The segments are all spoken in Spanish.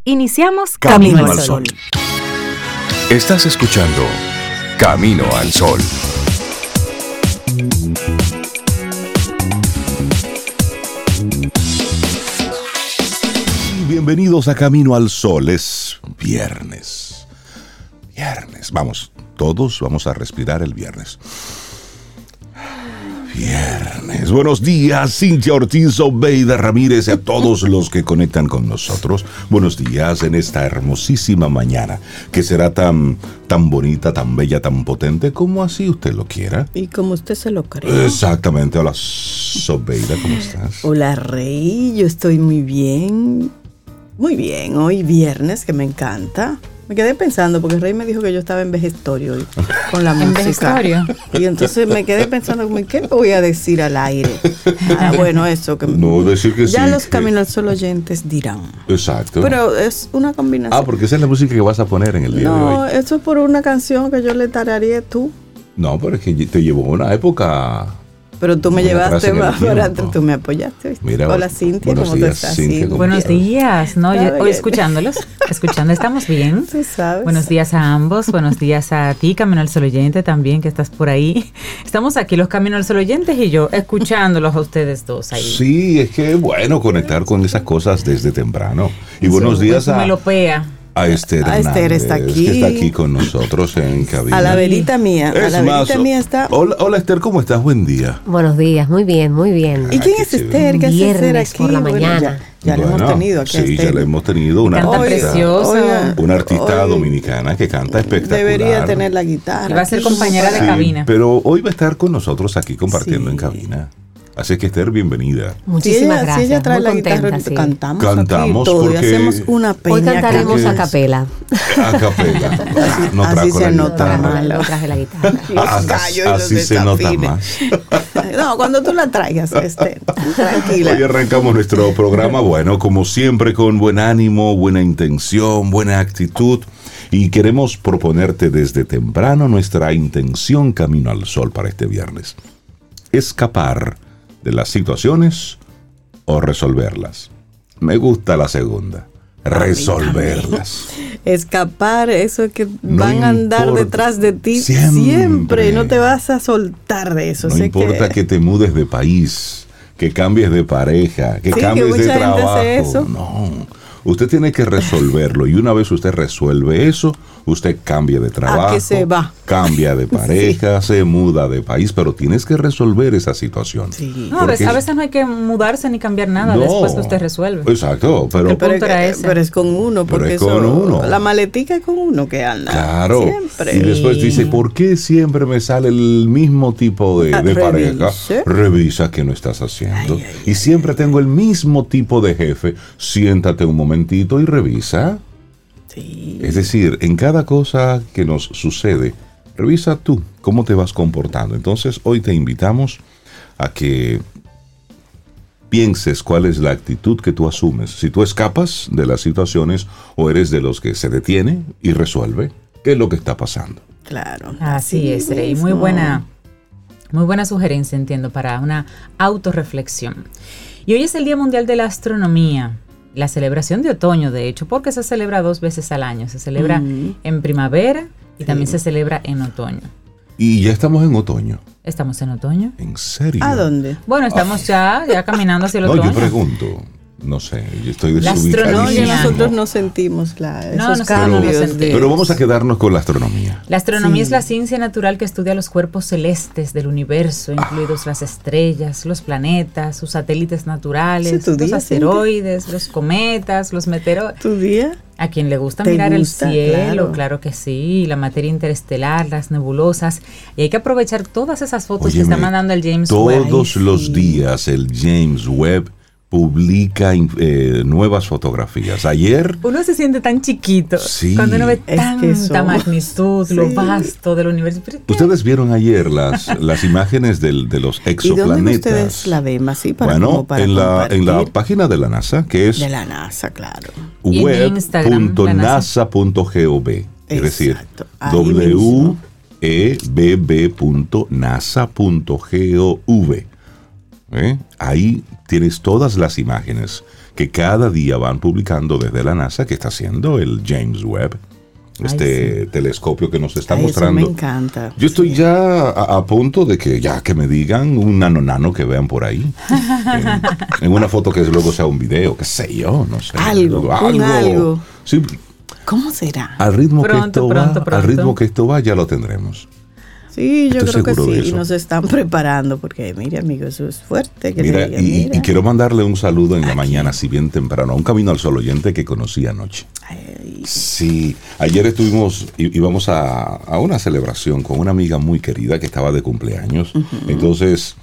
Iniciamos Camino al Sol. Estás escuchando Camino al Sol. Bienvenidos a Camino al Sol. Es viernes. Vamos, todos vamos a respirar el viernes. Viernes. Buenos días, Cintia Ortiz, Obeida Ramírez y a todos los que conectan con nosotros. Buenos días en esta hermosísima mañana, que será tan bonita, tan bella, tan potente, como así usted lo quiera. Y como usted se lo cree. Exactamente. Hola, Obeida, ¿cómo estás? Hola, Rey. Yo estoy muy bien. Muy bien. Hoy viernes, que me encanta. Me quedé pensando, porque Rey me dijo que yo estaba en vejestorio hoy, con la música. ¿En vejestorio? Y entonces me quedé pensando, ¿qué le voy a decir al aire? Bueno, eso que... No, decir que ya sí, los que... Camino al Sol oyentes dirán. Exacto. Pero es una combinación. Porque esa es la música que vas a poner en el día de hoy. No, eso es por una canción que yo le tarareé tú. No, pero es que te llevó una época... Pero tú me llevaste más para atrás, tú me apoyaste, ¿viste? Mira, hola, Cintia, ¿cómo te estás? Cintia, buenos días, ¿no? Hoy escuchando, estamos bien. Tú sabes. Buenos días a ambos, buenos días a ti, Camino al Sol oyente también, que estás por ahí. Estamos aquí, los Camino al Sol oyentes y yo, escuchándolos a ustedes dos ahí. Sí, es que bueno conectar con esas cosas desde temprano. Y buenos días a... Melopea. A Esther Hernández, Esther está aquí. Que está aquí con nosotros en cabina. A la velita mía. Mía está. Hola Esther, ¿cómo estás? Buen día. Buenos días, muy bien, muy bien. ¿Y quién es Esther? ¿Qué hace Esther aquí? Por la mañana. Ya la hemos tenido aquí. Sí, ya la hemos tenido. Una artista dominicana que canta espectacular. Debería tener la guitarra. Y va a ser compañera de cabina. Pero hoy va a estar con nosotros aquí compartiendo en cabina. Así que Esther, bienvenida. Muchísimas gracias. Si ella trae la guitarra, sí. Cantamos aquí todo porque y hacemos una peña. Hoy cantaremos a capela. A capela. No así se nota. No traje la guitarra. Los gallos así se nota más. No, cuando tú la traigas, tranquila. Hoy arrancamos nuestro programa, bueno, como siempre, con buen ánimo, buena intención, buena actitud. Y queremos proponerte desde temprano nuestra intención Camino al Sol para este viernes. Escapar de las situaciones o resolverlas. Me gusta la segunda. Resolverlas. Escapar, eso que van a andar detrás de ti siempre. No te vas a soltar de eso. No importa que te mudes de país, que cambies de pareja, que cambies de trabajo. No. Usted tiene que resolverlo y una vez usted resuelve eso, usted cambia de trabajo, que se va. Cambia de pareja, se muda de país, pero tienes que resolver esa situación. Sí. No, a veces no hay que mudarse ni cambiar nada después que usted resuelve. Exacto, pero es con uno, porque la maletica es con uno que anda. Claro. Siempre. Y después dice, ¿por qué siempre me sale el mismo tipo de pareja? Revisa qué no estás haciendo. Y siempre tengo el mismo tipo de jefe. Siéntate un momentito y revisa. Sí. Es decir, en cada cosa que nos sucede, revisa tú cómo te vas comportando. Entonces, hoy te invitamos a que pienses cuál es la actitud que tú asumes. Si tú escapas de las situaciones o eres de los que se detiene y resuelve, ¿qué es lo que está pasando? Claro. Así es, Rey. Muy buena sugerencia, entiendo, para una autorreflexión. Y hoy es el Día Mundial de la Astronomía. La celebración de otoño, de hecho, porque se celebra 2 veces al año. Se celebra en primavera y también se celebra en otoño. Y ya estamos en otoño. ¿Estamos en otoño? ¿En serio? ¿A dónde? Bueno, estamos ya caminando hacia el otoño. No, yo pregunto. No sé, yo estoy desubicadísimo. Nosotros no sentimos esos cambios. Pero vamos a quedarnos con la astronomía. La astronomía es la ciencia natural que estudia los cuerpos celestes del universo, incluidos las estrellas, los planetas, sus satélites naturales, los asteroides, los cometas, los meteoritos. ¿Tu día? A quien le gusta mirar el cielo, claro que sí, la materia interestelar, las nebulosas. Y hay que aprovechar todas esas fotos que está mandando el James Webb. Todos los días el James Webb publica nuevas fotografías. Ayer... Uno se siente tan chiquito cuando uno ve tanta magnitud, lo vasto del universo. Ustedes vieron ayer las imágenes de los exoplanetas. ¿Y dónde ustedes la ven? Así para en la página de la NASA, que es... De la NASA, claro. web.nasa.gov. Es decir, web.nasa.gov. Ahí tienes todas las imágenes que cada día van publicando desde la NASA, que está haciendo el James Webb, telescopio que nos está mostrando. Eso me encanta. Yo estoy ya a punto de que me digan un nano que vean por ahí. en una foto que luego sea un video, qué sé yo, no sé. Algo. Sí. ¿Cómo será? Al ritmo Pronto. que esto va, ya lo tendremos. Sí, yo Estoy creo que seguro de sí. Y eso. nos están preparando porque, mire, amigo, eso es fuerte. Que Mira, le digan, y quiero mandarle un saludo en la mañana, así bien temprano, a un Camino al Sol oyente que conocí anoche. Ay, Sí, ayer íbamos a una celebración con una amiga muy querida que estaba de cumpleaños. Entonces,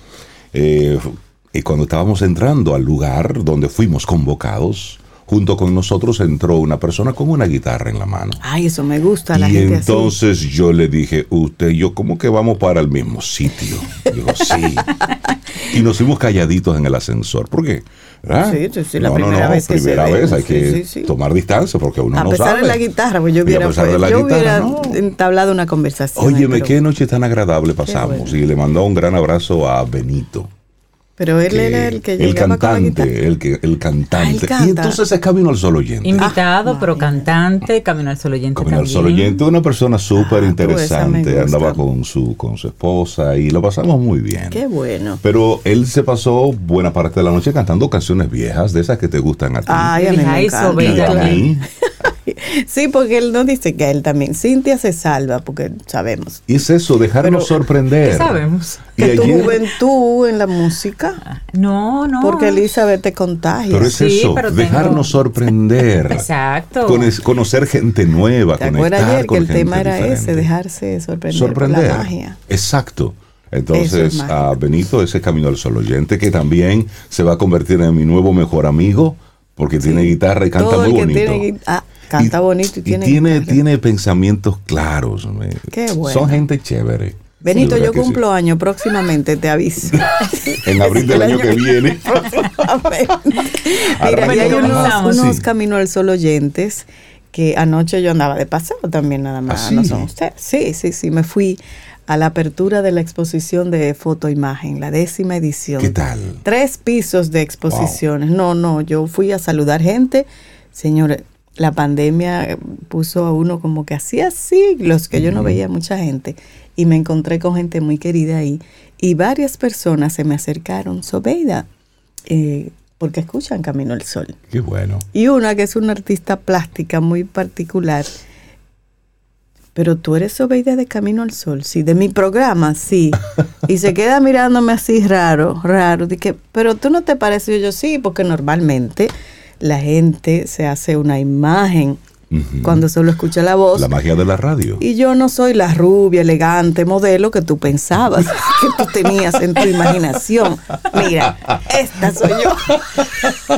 cuando estábamos entrando al lugar donde fuimos convocados, junto con nosotros entró una persona con una guitarra en la mano. ay, eso me gusta, la Y gente entonces yo le dije, usted y yo, ¿cómo que vamos para el mismo sitio? Digo, sí. Y nos fuimos calladitos en el ascensor. ¿Por qué? ¿Verdad? Sí, la primera vez que primera se ven. vez hay que Sí. tomar distancia porque uno así. no A pesar sabe. de la guitarra, pues yo Y a hubiera, pesar de la yo guitarra, hubiera no. entablado una conversación. Óyeme, pero, qué noche tan agradable pasamos. bueno. Y le mandó un gran abrazo a Benito. pero él era el que el llegaba con la guitarra. cantante, el cantante. Ah, él canta. Y entonces es Camino al Sol oyente. Invitado, pero imagínate. cantante, Camino al Sol oyente Camino al también. Sol oyente, una persona súper esa me interesante. gusta. Andaba con su esposa y lo pasamos muy bien. Qué bueno. Pero él se pasó buena parte de la noche cantando canciones viejas, de esas que te gustan a ti. Ay, a mí me Ay, encanta. Sobeida, y a Claro. mí. Sí, porque él nos dice que a él también. Cintia se salva, porque sabemos. Y es eso, dejarnos Pero, sorprender. ¿Qué sabemos? Y Que tu ayer- juventud en la música, No. porque Elizabeth te contagia. Pero es Sí, eso, pero dejarnos sorprender. Exacto. Conocer gente nueva, ¿Te acuerdas conectar ayer que con el gente tema era diferente. ese, dejarse sorprender, por la magia? Exacto. Eso Entonces, es mágico. a Benito, ese Camino al Sol oyente, que también se va a convertir en mi nuevo mejor amigo, porque tiene guitarra y canta Todo muy el que bonito. tiene canta bonito y tiene guitarra. tiene pensamientos claros. Qué bueno. Son gente chévere. Benito, De verdad yo que sí. cumplo año próximamente, te aviso. En abril del año que viene. Mira, y hay Arrancamos. unos Sí. Camino al Sol oyentes que anoche yo andaba de paseo también nada más. ¿Ah, sí? ¿No son ustedes? Sí, me fui a la apertura de la exposición de fotoimagen, la 10ª edición. ¿Qué tal? 3 pisos de exposiciones. No, yo fui a saludar gente. Señores, la pandemia puso a uno como que hacía siglos que yo no veía mucha gente y me encontré con gente muy querida ahí y varias personas se me acercaron, Sobeida, porque escuchan Camino al Sol. Qué bueno. Y una que es una artista plástica muy particular. Pero tú eres Sobeida de Camino al Sol, sí, de mi programa, sí. Y se queda mirándome así raro. Dije, pero tú no te pareces. Yo sí, porque normalmente la gente se hace una imagen cuando solo escucha la voz. La magia de la radio. Y yo no soy la rubia, elegante modelo que tú pensabas, que tú tenías en tu imaginación. Mira, esta soy yo.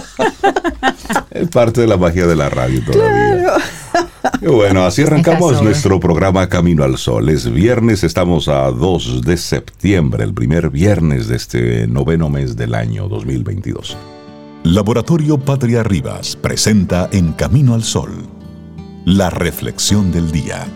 Es parte de la magia de la radio todavía. Y bueno, así arrancamos Está sobre. nuestro programa Camino al Sol. Es viernes, estamos a 2 de septiembre, el primer viernes de este 9º mes del año 2022. Laboratorio Patria Rivas presenta En Camino al Sol, la reflexión del día.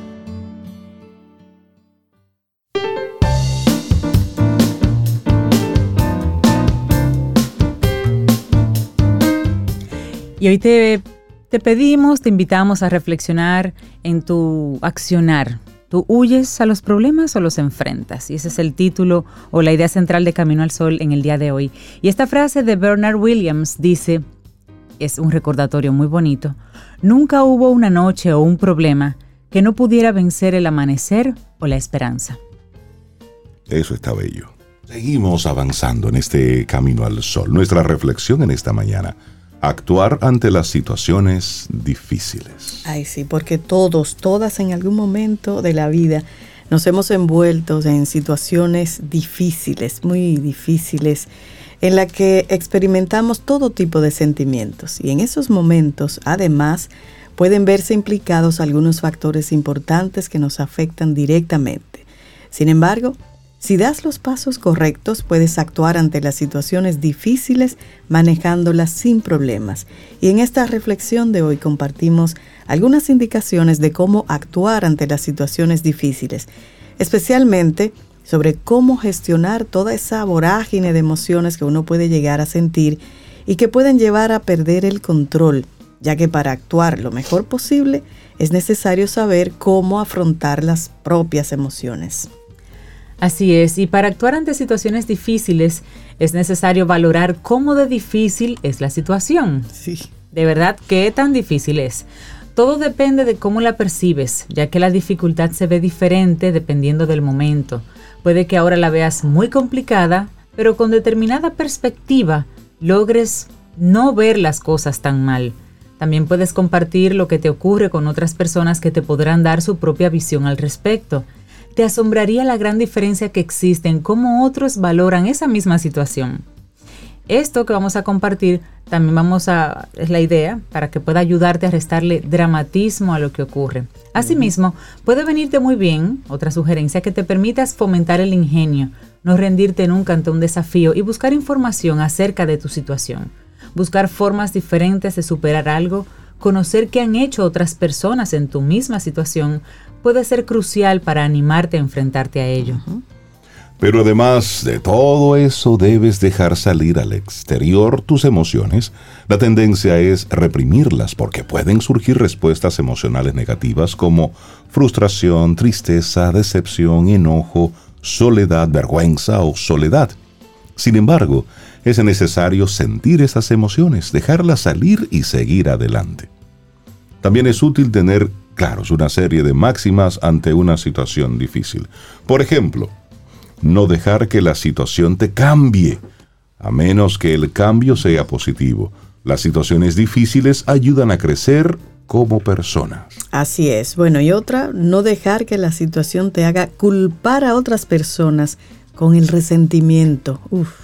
Y hoy te pedimos, te invitamos a reflexionar en tu accionar. ¿Tú huyes a los problemas o los enfrentas? Y ese es el título o la idea central de Camino al Sol en el día de hoy. Y esta frase de Bernard Williams dice, es un recordatorio muy bonito, nunca hubo una noche o un problema que no pudiera vencer el amanecer o la esperanza. Eso está bello. Seguimos avanzando en este Camino al Sol. Nuestra reflexión en esta mañana. Actuar ante las situaciones difíciles. Ay, sí, porque todas en algún momento de la vida nos hemos envuelto en situaciones difíciles, muy difíciles, en la que experimentamos todo tipo de sentimientos. Y en esos momentos, además, pueden verse implicados algunos factores importantes que nos afectan directamente. Sin embargo, si das los pasos correctos, puedes actuar ante las situaciones difíciles manejándolas sin problemas. Y en esta reflexión de hoy compartimos algunas indicaciones de cómo actuar ante las situaciones difíciles, especialmente sobre cómo gestionar toda esa vorágine de emociones que uno puede llegar a sentir y que pueden llevar a perder el control, ya que para actuar lo mejor posible es necesario saber cómo afrontar las propias emociones. Así es, y para actuar ante situaciones difíciles es necesario valorar cómo de difícil es la situación. Sí. De verdad, ¿qué tan difícil es? Todo depende de cómo la percibes, ya que la dificultad se ve diferente dependiendo del momento. Puede que ahora la veas muy complicada, pero con determinada perspectiva logres no ver las cosas tan mal. También puedes compartir lo que te ocurre con otras personas que te podrán dar su propia visión al respecto. Te asombraría la gran diferencia que existe en cómo otros valoran esa misma situación. Esto que vamos a compartir también es la idea para que pueda ayudarte a restarle dramatismo a lo que ocurre. Asimismo, puede venirte muy bien otra sugerencia que te permitas fomentar el ingenio, no rendirte nunca ante un desafío y buscar información acerca de tu situación. Buscar formas diferentes de superar algo, conocer qué han hecho otras personas en tu misma situación, puede ser crucial para animarte a enfrentarte a ello. Pero además de todo eso, debes dejar salir al exterior tus emociones. La tendencia es reprimirlas porque pueden surgir respuestas emocionales negativas como frustración, tristeza, decepción, enojo, soledad, vergüenza o soledad. Sin embargo, es necesario sentir esas emociones, dejarlas salir y seguir adelante. También es útil tener claros una serie de máximas ante una situación difícil. Por ejemplo, no dejar que la situación te cambie, a menos que el cambio sea positivo. Las situaciones difíciles ayudan a crecer como personas. Así es. Bueno, y otra, no dejar que la situación te haga culpar a otras personas con el resentimiento.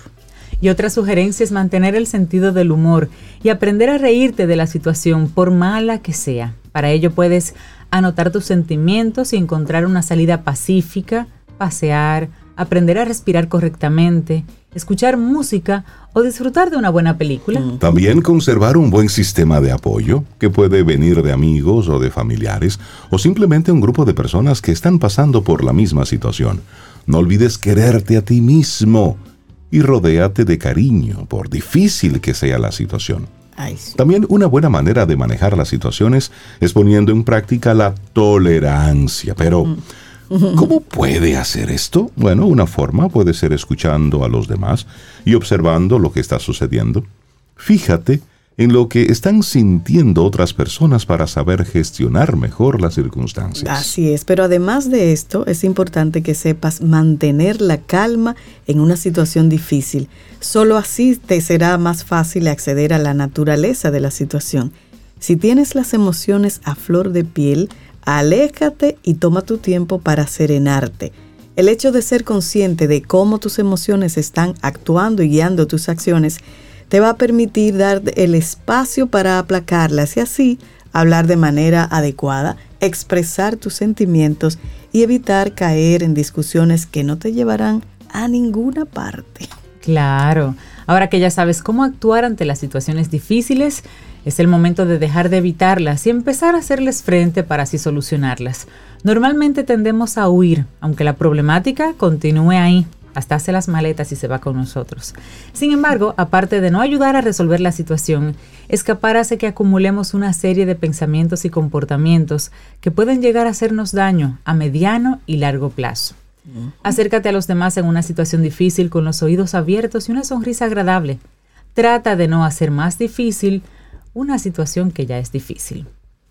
Y otra sugerencia es mantener el sentido del humor y aprender a reírte de la situación, por mala que sea. Para ello puedes anotar tus sentimientos y encontrar una salida pacífica, pasear, aprender a respirar correctamente, escuchar música o disfrutar de una buena película. También conservar un buen sistema de apoyo, que puede venir de amigos o de familiares, o simplemente un grupo de personas que están pasando por la misma situación. No olvides quererte a ti mismo y rodéate de cariño, por difícil que sea la situación. También una buena manera de manejar las situaciones es poniendo en práctica la tolerancia, pero ¿cómo puede hacer esto? Bueno, una forma puede ser escuchando a los demás y observando lo que está sucediendo. Fíjate en lo que están sintiendo otras personas para saber gestionar mejor las circunstancias. Así es, pero además de esto, es importante que sepas mantener la calma en una situación difícil. Solo así te será más fácil acceder a la naturaleza de la situación. Si tienes las emociones a flor de piel, aléjate y toma tu tiempo para serenarte. El hecho de ser consciente de cómo tus emociones están actuando y guiando tus acciones te va a permitir dar el espacio para aplacarlas y así hablar de manera adecuada, expresar tus sentimientos y evitar caer en discusiones que no te llevarán a ninguna parte. Claro. Ahora que ya sabes cómo actuar ante las situaciones difíciles, es el momento de dejar de evitarlas y empezar a hacerles frente para así solucionarlas. Normalmente tendemos a huir, aunque la problemática continúe ahí, hasta hace las maletas y se va con nosotros. Sin embargo, aparte de no ayudar a resolver la situación, escapar hace que acumulemos una serie de pensamientos y comportamientos que pueden llegar a hacernos daño a mediano y largo plazo. Acércate a los demás en una situación difícil con los oídos abiertos y una sonrisa agradable. Trata de no hacer más difícil una situación que ya es difícil.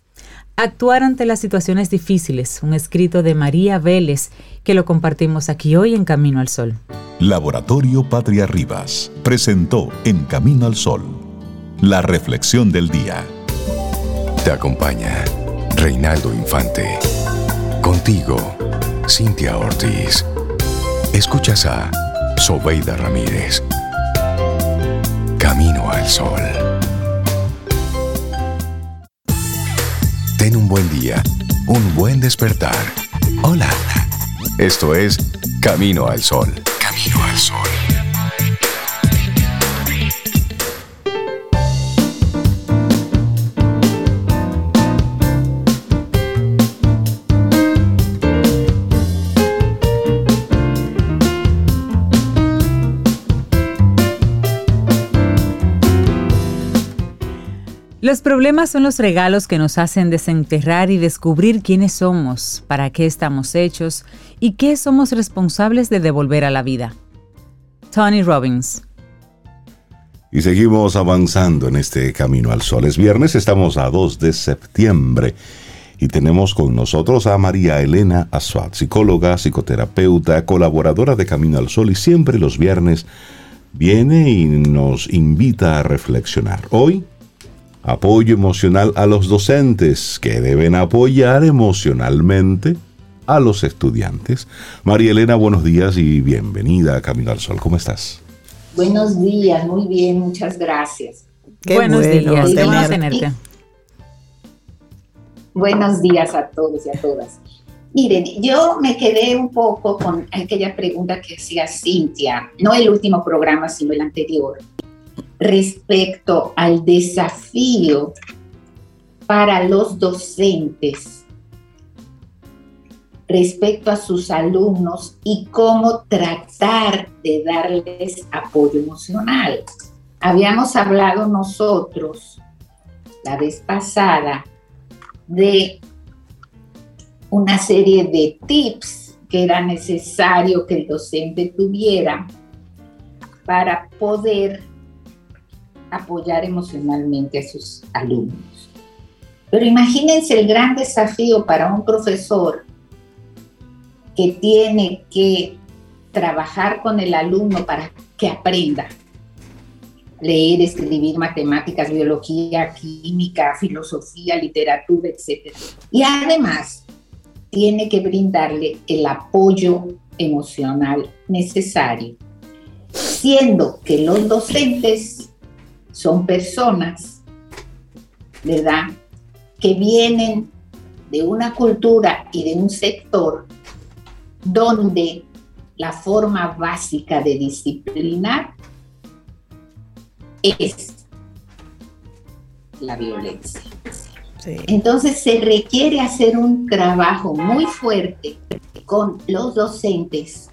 Actuar ante las situaciones difíciles, un escrito de María Vélez que lo compartimos aquí hoy en Camino al Sol. Laboratorio Patria Rivas presentó En Camino al Sol, la reflexión del día. Te acompaña Reinaldo Infante. Contigo, Cintia Ortiz. Escuchas a Sobeida Ramírez. Camino al Sol. Ten un buen día, un buen despertar. Hola. Esto es Camino al Sol. Camino al Sol. Los problemas son los regalos que nos hacen desenterrar y descubrir quiénes somos, para qué estamos hechos y qué somos responsables de devolver a la vida. Tony Robbins. Y seguimos avanzando en este Camino al Sol. Es viernes, estamos a 2 de septiembre y tenemos con nosotros a María Elena Asfat, psicóloga, psicoterapeuta, colaboradora de Camino al Sol, y siempre los viernes viene y nos invita a reflexionar. Hoy, apoyo emocional a los docentes que deben apoyar emocionalmente a los estudiantes. María Elena, buenos días y bienvenida a Camino al Sol. ¿Cómo estás? Buenos días, muy bien, muchas gracias. Buenos días, qué bueno tenerte. Buenos días a todos y a todas. Miren, yo me quedé un poco con aquella pregunta que hacía Cintia, no el último programa, sino el anterior, respecto al desafío para los docentes respecto a sus alumnos y cómo tratar de darles apoyo emocional. Habíamos hablado nosotros la vez pasada de una serie de tips que era necesario que el docente tuviera para poder apoyar emocionalmente a sus alumnos. Pero imagínense el gran desafío para un profesor que tiene que trabajar con el alumno para que aprenda leer, escribir, matemáticas, biología, química, filosofía, literatura, etc. Y además tiene que brindarle el apoyo emocional necesario, siendo que los docentes son personas, ¿verdad?, que vienen de una cultura y de un sector donde la forma básica de disciplinar es la violencia. Sí. Entonces se requiere hacer un trabajo muy fuerte con los docentes,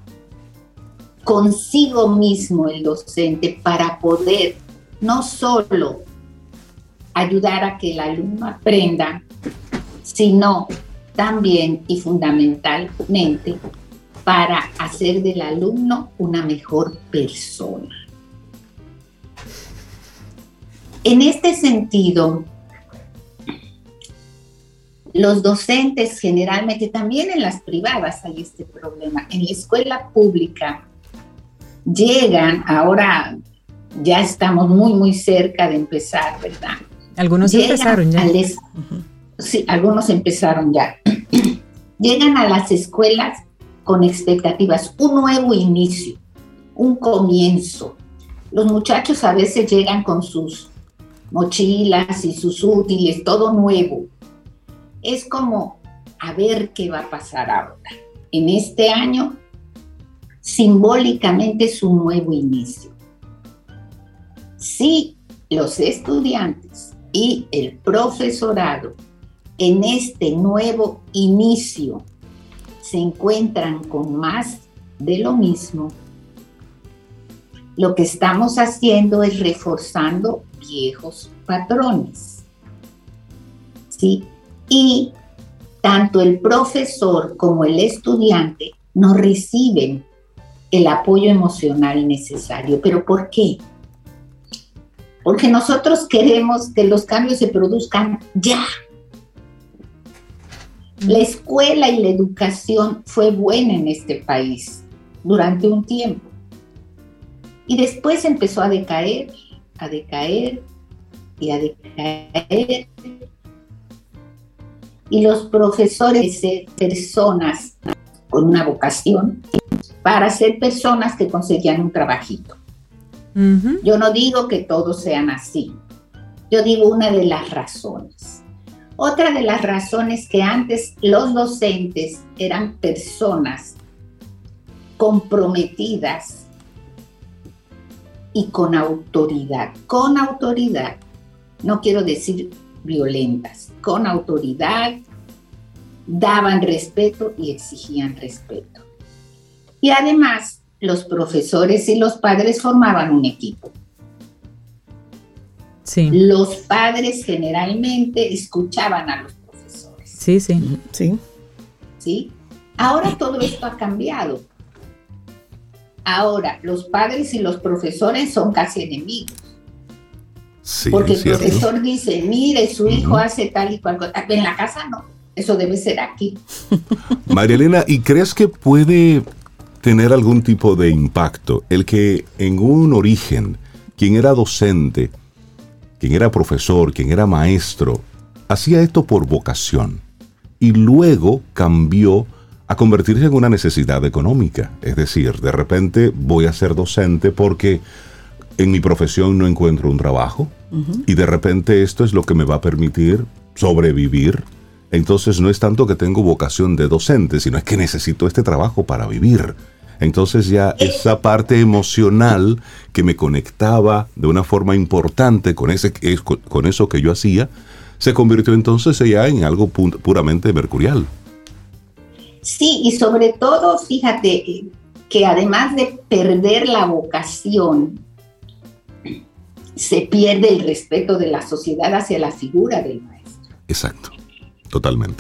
consigo mismo el docente, para poder no solo ayudar a que el alumno aprenda, sino también y fundamentalmente para hacer del alumno una mejor persona. En este sentido, los docentes generalmente, también en las privadas hay este problema. En la escuela pública llegan, ahora ya estamos muy cerca de empezar, ¿verdad? Algunos empezaron ya. Sí, algunos empezaron ya. Llegan a las escuelas con expectativas, un nuevo inicio, un comienzo. Los muchachos a veces llegan con sus mochilas y sus útiles, todo nuevo. Es como a ver qué va a pasar ahora. En este año, simbólicamente es un nuevo inicio. Si los estudiantes y el profesorado en este nuevo inicio se encuentran con más de lo mismo, lo que estamos haciendo es reforzando viejos patrones, ¿sí? Y tanto el profesor como el estudiante no reciben el apoyo emocional necesario. ¿Pero por qué? Porque nosotros queremos que los cambios se produzcan ya. La escuela y la educación fue buena en este país durante un tiempo. Y después empezó a decaer y a decaer. Y los profesores de ser personas con una vocación para ser personas que conseguían un trabajito. Uh-huh. Yo no digo que todos sean así. Yo digo una de las razones. Otra de las razones que antes los docentes eran personas comprometidas y con autoridad. Con autoridad, no quiero decir violentas, con autoridad, daban respeto y exigían respeto. Y además, los profesores y los padres formaban un equipo. Sí. Los padres generalmente escuchaban a los profesores. Sí, sí. Sí. ¿Sí? Ahora todo esto ha cambiado. Ahora los padres y los profesores son casi enemigos. Sí, Porque el cierto. profesor dice, mire, su hijo hace tal y cual cosa. En la casa no, eso debe ser aquí. María Elena, ¿y crees que puede tener algún tipo de impacto el que en un origen, quien era docente, quien era profesor, quien era maestro, hacía esto por vocación y luego cambió a convertirse en una necesidad económica? Es decir, de repente voy a ser docente porque en mi profesión no encuentro un trabajo y de repente esto es lo que me va a permitir sobrevivir. Entonces no es tanto que tengo vocación de docente, sino es que necesito este trabajo para vivir. Entonces ya esa parte emocional que me conectaba de una forma importante con eso que yo hacía, se convirtió entonces ya en algo puramente mercurial. Sí, y sobre todo, fíjate, que además de perder la vocación, se pierde el respeto de la sociedad hacia la figura del maestro. Exacto, totalmente.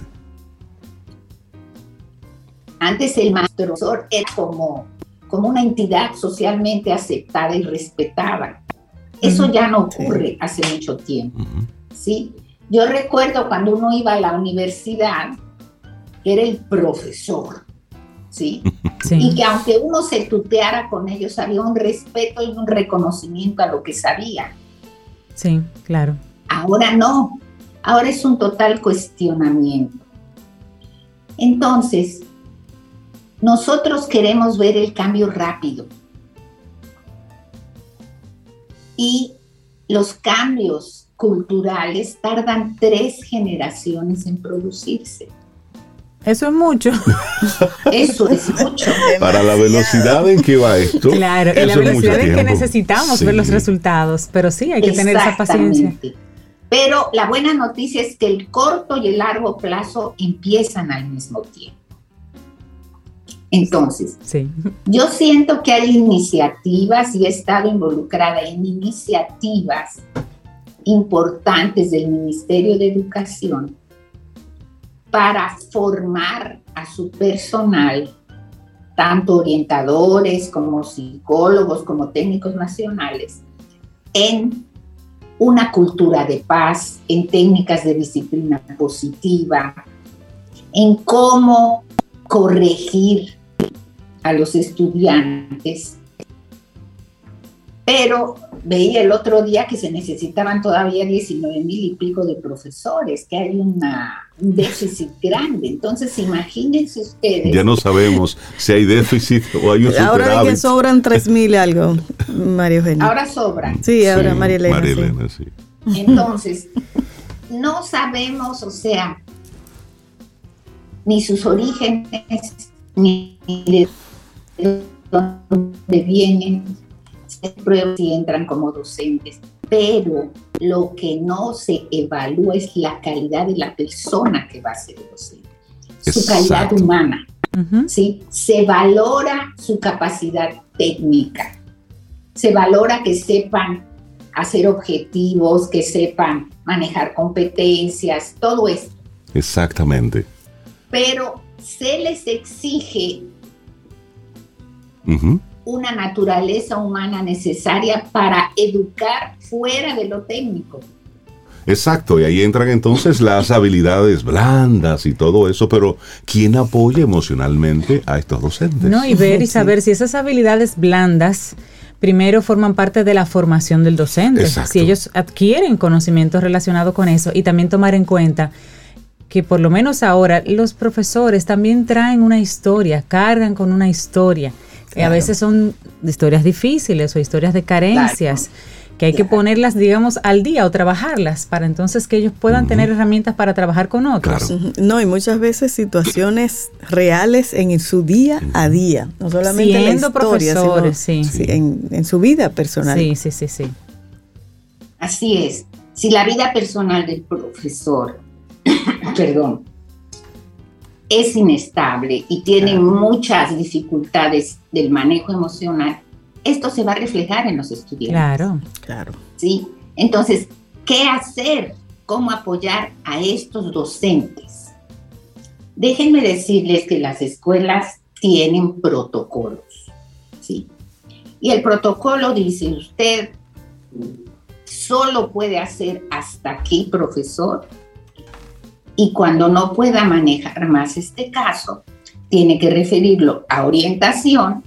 Antes el maestro era como una entidad socialmente aceptada y respetada. Eso ya no ocurre hace mucho tiempo. ¿Sí? Yo recuerdo cuando uno iba a la universidad, era el profesor, ¿sí? Sí. Y que aunque uno se tuteara con ellos, había un respeto y un reconocimiento a lo que sabía. Sí, claro. Ahora no, ahora es un total cuestionamiento. Entonces, nosotros queremos ver el cambio rápido. Y los cambios culturales tardan 3 generaciones en producirse. Eso es mucho. Eso es mucho. Para la velocidad en que va esto. Claro, y la eso es mucho velocidad en que tiempo. necesitamos Sí. ver los resultados. Pero sí, hay que tener esa paciencia. Exactamente. Pero la buena noticia es que el corto y el largo plazo empiezan al mismo tiempo. Entonces, Sí. yo siento que hay iniciativas y he estado involucrada en iniciativas importantes del Ministerio de Educación para formar a su personal, tanto orientadores como psicólogos, como técnicos nacionales, en una cultura de paz, en técnicas de disciplina positiva, en cómo corregir a los estudiantes. Pero veía el otro día que se necesitaban todavía 19,000 y pico de profesores, que hay un déficit grande. Entonces, imagínense ustedes. Ya no sabemos si hay déficit o hay un superávit. Ahora de que sobran 3,000 algo, María Eugenia. Ahora sobran. Sí, ahora Sí, María Elena. María Sí. Elena, sí. Entonces, no sabemos, o sea, ni sus orígenes, ni de dónde vienen, se prueban si entran como docentes, pero lo que no se evalúa es la calidad de la persona que va a ser docente, su calidad Exacto. humana, Ujú. ¿sí? Se valora su capacidad técnica, se valora que sepan hacer objetivos, que sepan manejar competencias, todo esto. Exactamente. Pero se les exige Ujú. una naturaleza humana necesaria para educar fuera de lo técnico. Exacto, y ahí entran entonces las habilidades blandas y todo eso, pero ¿quién apoya emocionalmente a estos docentes? No, y ver y Sí. saber si esas habilidades blandas primero forman parte de la formación del docente, Exacto. si ellos adquieren conocimientos relacionados con eso, y también tomar en cuenta que por lo menos ahora los profesores también traen una historia, cargan con una historia, que a veces son historias difíciles o historias de carencias, que hay que ponerlas, digamos, al día o trabajarlas para entonces que ellos puedan tener herramientas para trabajar con otros. Claro. Ujú. No, y muchas veces situaciones reales en su día a día, no solamente en la Siendo historia, profesores, sino sí. en su vida personal. Sí, sí, sí, sí. Así es. Si la vida personal del profesor, perdón, es inestable y tiene muchas dificultades del manejo emocional, esto se va a reflejar en los estudiantes. Claro. Claro. ¿Sí? Entonces, ¿Qué hacer? ¿Cómo apoyar a estos docentes? Déjenme decirles que las escuelas tienen protocolos, ¿sí? Y el protocolo dice, usted solo puede hacer hasta aquí, profesor, y cuando no pueda manejar más este caso, tiene que referirlo a orientación,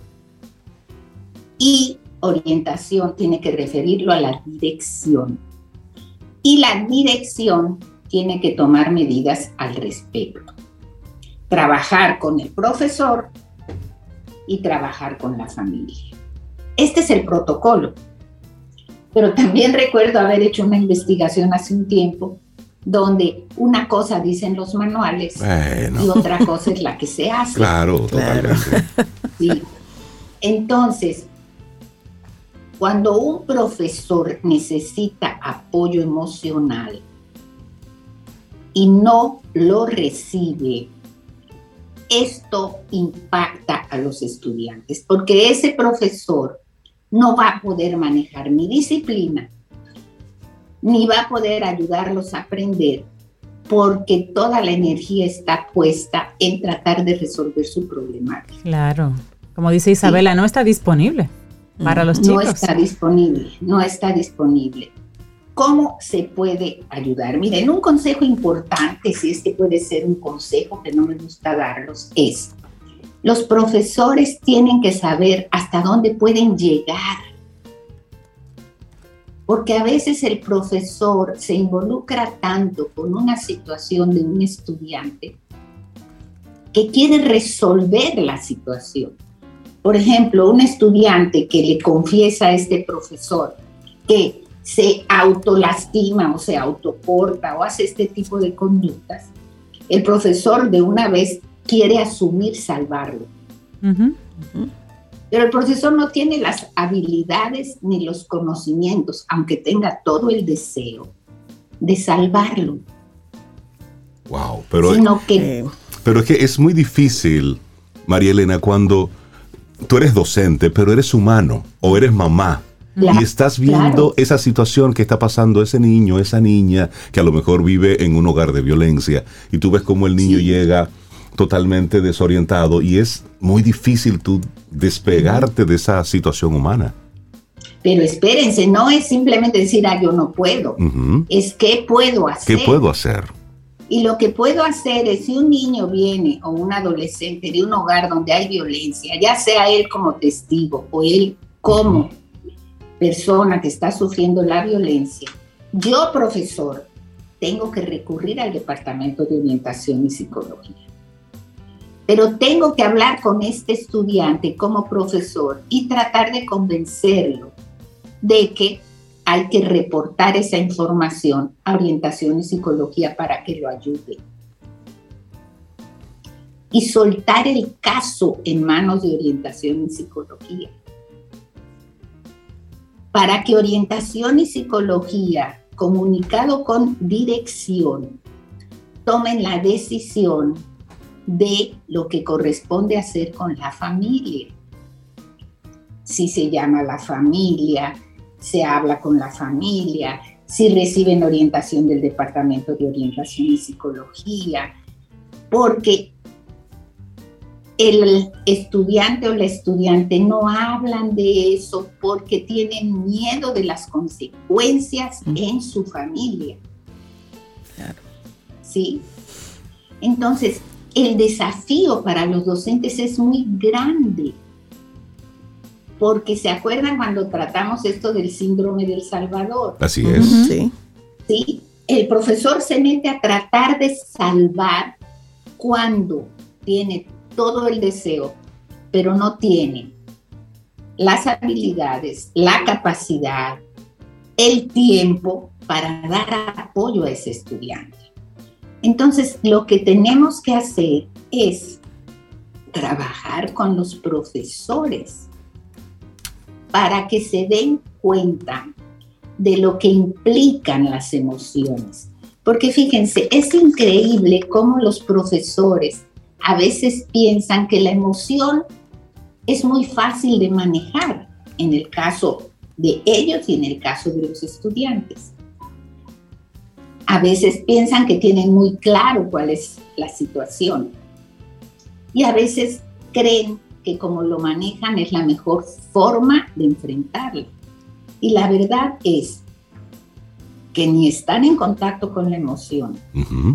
y orientación tiene que referirlo a la dirección. Y la dirección tiene que tomar medidas al respecto. Trabajar con el profesor y trabajar con la familia. Este es el protocolo. Pero también recuerdo haber hecho una investigación hace un tiempo donde una cosa dicen los manuales y otra cosa es la que se hace. Claro, totalmente. Sí. Entonces, cuando un profesor necesita apoyo emocional y no lo recibe, esto impacta a los estudiantes, porque ese profesor no va a poder manejar ni disciplina, ni va a poder ayudarlos a aprender, porque toda la energía está puesta en tratar de resolver su problemática. Claro, como dice Isabela, sí. No está disponible para los chicos. No está disponible. ¿Cómo se puede ayudar? Miren, un consejo importante, si es que puede ser un consejo que no me gusta darlos, es: los profesores tienen que saber hasta dónde pueden llegar. Porque a veces el profesor se involucra tanto con una situación de un estudiante que quiere resolver la situación. Por ejemplo, un estudiante que le confiesa a este profesor que se autolastima o se autocorta o hace este tipo de conductas, el profesor de una vez quiere asumir salvarlo. Pero el profesor no tiene las habilidades ni los conocimientos, aunque tenga todo el deseo de salvarlo. Wow, pero es que es muy difícil, María Elena, cuando tú eres docente, pero eres humano o eres mamá. Y estás viendo esa situación que está pasando ese niño, esa niña, que a lo mejor vive en un hogar de violencia, y tú ves cómo el niño llega totalmente desorientado, y es muy difícil tú despegarte de esa situación humana. Pero espérense, no es simplemente decir, yo no puedo, es ¿qué puedo hacer? ¿Qué puedo hacer? Y lo que puedo hacer es, si un niño viene o un adolescente de un hogar donde hay violencia, ya sea él como testigo o él como persona que está sufriendo la violencia, yo, profesor, tengo que recurrir al Departamento de Orientación y Psicología. Pero tengo que hablar con este estudiante como profesor y tratar de convencerlo de que hay que reportar esa información a Orientación y Psicología para que lo ayude. Y soltar el caso en manos de Orientación y Psicología, para que Orientación y Psicología, comunicado con dirección, tomen la decisión de lo que corresponde hacer con la familia. Si se llama a la familia, se habla con la familia, si reciben orientación del Departamento de Orientación y Psicología, porque el estudiante o la estudiante no hablan de eso porque tienen miedo de las consecuencias en su familia. Claro. ¿Sí? Entonces, el desafío para los docentes es muy grande, porque ¿se acuerdan cuando tratamos esto del síndrome del Salvador? Así es. Sí, el profesor se mete a tratar de salvar cuando tiene todo el deseo, pero no tiene las habilidades, la capacidad, el tiempo para dar apoyo a ese estudiante. Entonces, lo que tenemos que hacer es trabajar con los profesores para que se den cuenta de lo que implican las emociones. Porque fíjense, es increíble cómo los profesores a veces piensan que la emoción es muy fácil de manejar, en el caso de ellos y en el caso de los estudiantes. A veces piensan que tienen muy claro cuál es la situación. Y a veces creen que como lo manejan es la mejor forma de enfrentarlo. Y la verdad es que ni están en contacto con la emoción. Ujú.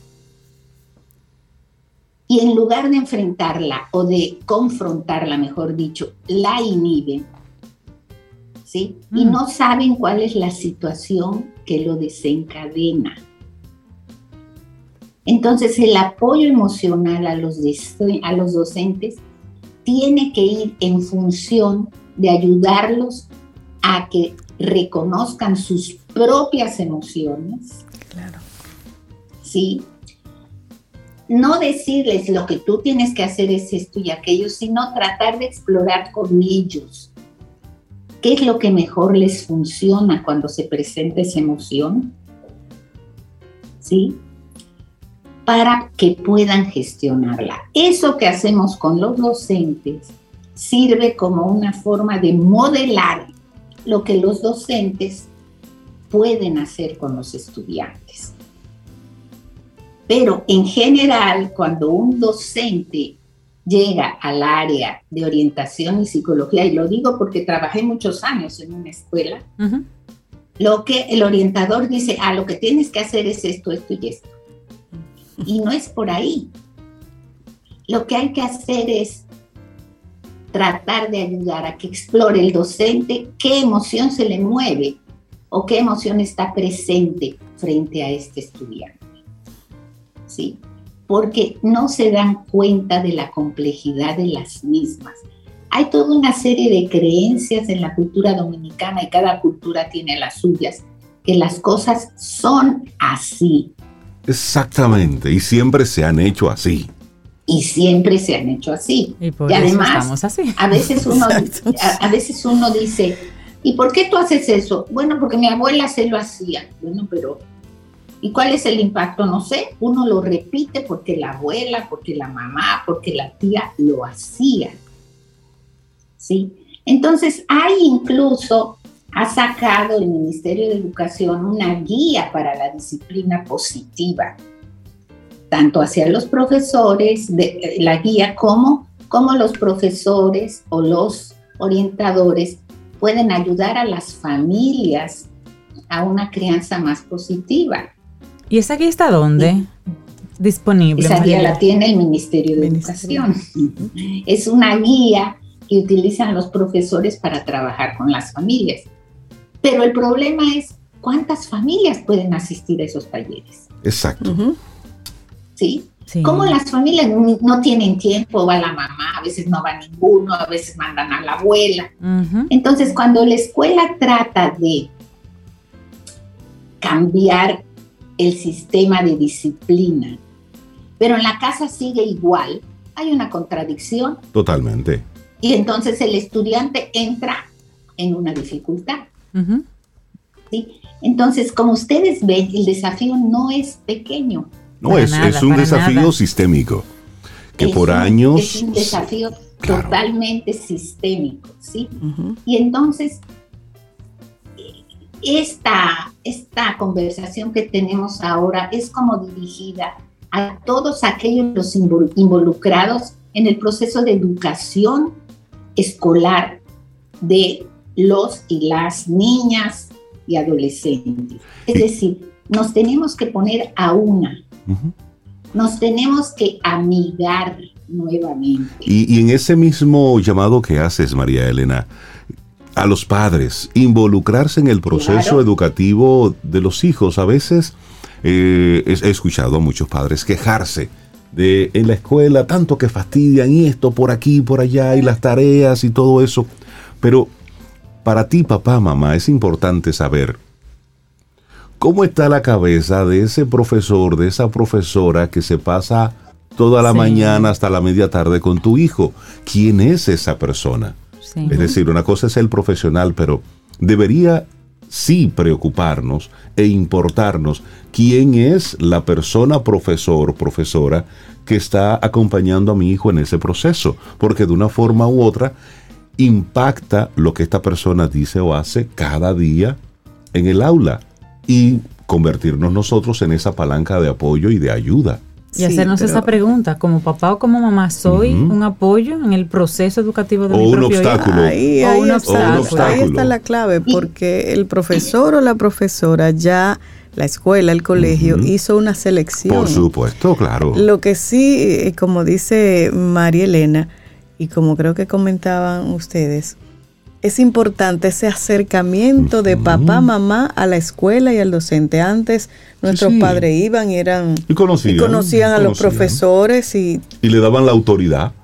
Y en lugar de enfrentarla o de confrontarla, mejor dicho, la inhiben, ¿sí? Y no saben cuál es la situación que lo desencadena. Entonces, el apoyo emocional a los docentes tiene que ir en función de ayudarlos a que reconozcan sus propias emociones. Claro. ¿Sí? No decirles lo que tú tienes que hacer es esto y aquello, sino tratar de explorar con ellos qué es lo que mejor les funciona cuando se presenta esa emoción, ¿sí? Para que puedan gestionarla. Eso que hacemos con los docentes sirve como una forma de modelar lo que los docentes pueden hacer con los estudiantes. Pero en general, cuando un docente llega al área de orientación y psicología, y lo digo porque trabajé muchos años en una escuela, lo que el orientador dice, lo que tienes que hacer es esto, esto y esto. Y no es por ahí. Lo que hay que hacer es tratar de ayudar a que explore el docente qué emoción se le mueve o qué emoción está presente frente a este estudiante. ¿Sí? Porque no se dan cuenta de la complejidad de las mismas. Hay toda una serie de creencias en la cultura dominicana y cada cultura tiene las suyas, que las cosas son así. Exactamente, y siempre se han hecho así. Y siempre se han hecho así. Y por y eso además, estamos así. a veces uno dice, ¿y por qué tú haces eso? Bueno, porque mi abuela se lo hacía. Bueno, pero ¿y cuál es el impacto? No sé. Uno lo repite porque la abuela, porque la mamá, porque la tía lo hacían. ¿Sí? Entonces, ha sacado el Ministerio de Educación una guía para la disciplina positiva, tanto hacia los profesores, la guía como los profesores o los orientadores pueden ayudar a las familias a una crianza más positiva. ¿Y esa guía está dónde? Disponible. Esa guía la tiene el Ministerio de Educación. Es una guía que utilizan los profesores para trabajar con las familias. Pero el problema es cuántas familias pueden asistir a esos talleres. Exacto. ¿Sí? Sí. Como las familias no tienen tiempo, va la mamá, a veces no va ninguno, a veces mandan a la abuela. Entonces, cuando la escuela trata de cambiar el sistema de disciplina, pero en la casa sigue igual, hay una contradicción. Totalmente. Y entonces el estudiante entra en una dificultad. ¿Sí? Entonces, como ustedes ven, el desafío no es pequeño. No, es un desafío sistémico, que por años... Es un desafío totalmente sistémico, ¿sí? Y entonces, esta conversación que tenemos ahora es como dirigida a todos aquellos involucrados en el proceso de educación escolar de los y las niñas y adolescentes. Es decir, nos tenemos que poner a una. Nos tenemos que amigar nuevamente. Y en ese mismo llamado que haces, María Elena, a los padres, involucrarse en el proceso educativo de los hijos. A veces he escuchado a muchos padres quejarse de en la escuela, tanto que fastidian y esto por aquí, por allá, y las tareas y todo eso. Pero para ti, papá, mamá, es importante saber cómo está la cabeza de ese profesor, de esa profesora que se pasa toda la mañana hasta la media tarde con tu hijo. ¿Quién es esa persona? Sí. Es decir, una cosa es el profesional, pero debería sí preocuparnos e importarnos quién es la persona profesor, profesora que está acompañando a mi hijo en ese proceso, porque de una forma u otra impacta lo que esta persona dice o hace cada día en el aula. Y convertirnos nosotros en esa palanca de apoyo y de ayuda. Y hacernos esa pregunta, como papá o como mamá, ¿soy un apoyo en el proceso educativo de mi propio obstáculo. hijo? Un obstáculo. Ahí está la clave, porque el profesor o la profesora ya, la escuela, el colegio, hizo una selección. Por supuesto, claro. Lo que sí, como dice María Elena, y como creo que comentaban ustedes, es importante ese acercamiento de papá, mamá a la escuela y al docente. Antes nuestros padres iban y conocían a los profesores y le daban la autoridad.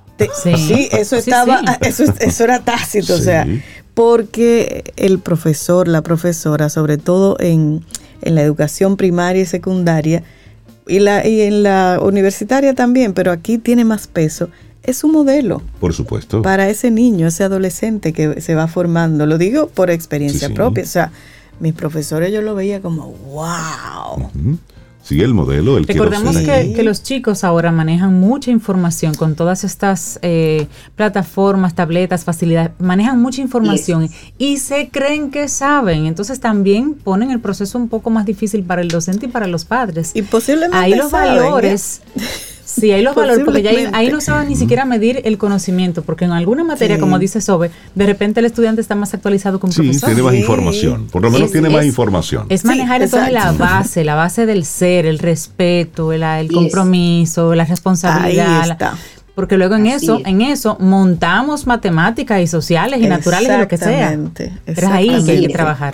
Eso era tácito, o sea, porque el profesor, la profesora, sobre todo en la educación primaria y secundaria y en la universitaria también, pero aquí tiene más peso. Es un modelo. Por supuesto. Para ese niño, ese adolescente que se va formando. Lo digo por experiencia propia. O sea, mis profesores yo lo veía como, wow. Sí, el modelo. Recordemos que los chicos ahora manejan mucha información con todas estas plataformas, tabletas, facilidades. Manejan mucha información y se creen que saben. Entonces también ponen el proceso un poco más difícil para el docente y para los padres. Y posiblemente ahí los valores... Sí, hay los valores, porque ya ahí no saben ni siquiera medir el conocimiento, porque en alguna materia, como dice Sobe, de repente el estudiante está más actualizado que un profesor. Sí, tiene más información, por lo menos tiene más información. Es manejar entonces la base del ser, el respeto, el compromiso, la responsabilidad. Ahí está. Porque luego en eso montamos matemáticas y sociales y naturales y lo que sea. Pero es ahí que hay que trabajar.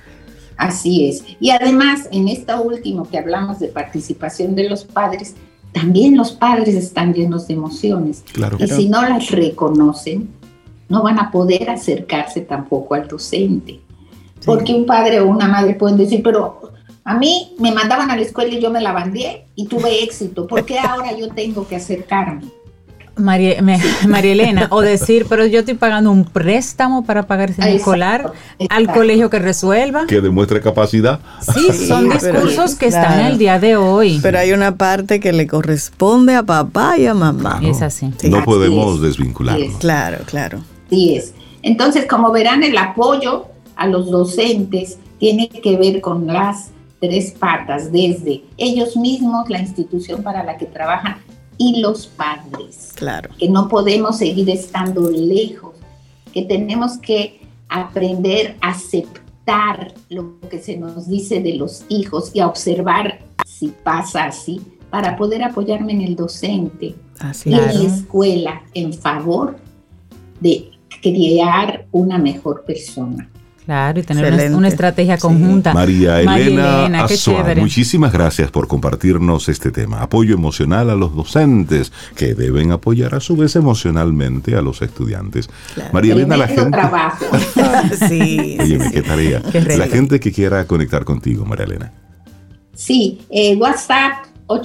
Así es. Y además, en esta última que hablamos de participación de los padres, también los padres están llenos de emociones. Claro. Y si no las reconocen, no van a poder acercarse tampoco al docente. Porque un padre o una madre pueden decir, pero a mí me mandaban a la escuela y yo me la bandeé y tuve éxito. ¿Por qué ahora yo tengo que acercarme? María Elena, o decir, pero yo estoy pagando un préstamo para pagar ese escolar al colegio que resuelva. Que demuestre capacidad. Sí, son discursos que están en el día de hoy. Pero hay una parte que le corresponde a papá y a mamá. Es así. No podemos desvincularnos. Claro. Sí es. Entonces, como verán, el apoyo a los docentes tiene que ver con las tres patas, desde ellos mismos, la institución para la que trabajan, y los padres. Claro. Que no podemos seguir estando lejos, que tenemos que aprender a aceptar lo que se nos dice de los hijos y a observar si pasa así, para poder apoyarme en el docente y en la escuela en favor de crear una mejor persona. Claro, y tener una estrategia conjunta. María Elena Azuá, muchísimas gracias por compartirnos este tema. Apoyo emocional a los docentes, que deben apoyar a su vez emocionalmente a los estudiantes. Claro. María Elena, la gente... trabajo. Óyeme, qué tarea. La gente que quiera conectar contigo, María Elena. Sí, WhatsApp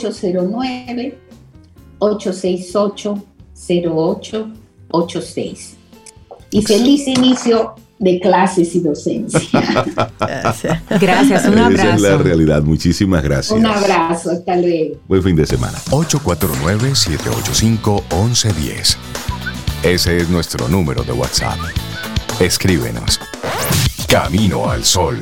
809-868-0886. Y feliz inicio de clases y docencia. Gracias, un abrazo. Esa es la realidad. Muchísimas gracias. Un abrazo, hasta luego. Buen fin de semana. 849-785-1110. Ese es nuestro número de WhatsApp. Escríbenos. Camino al Sol.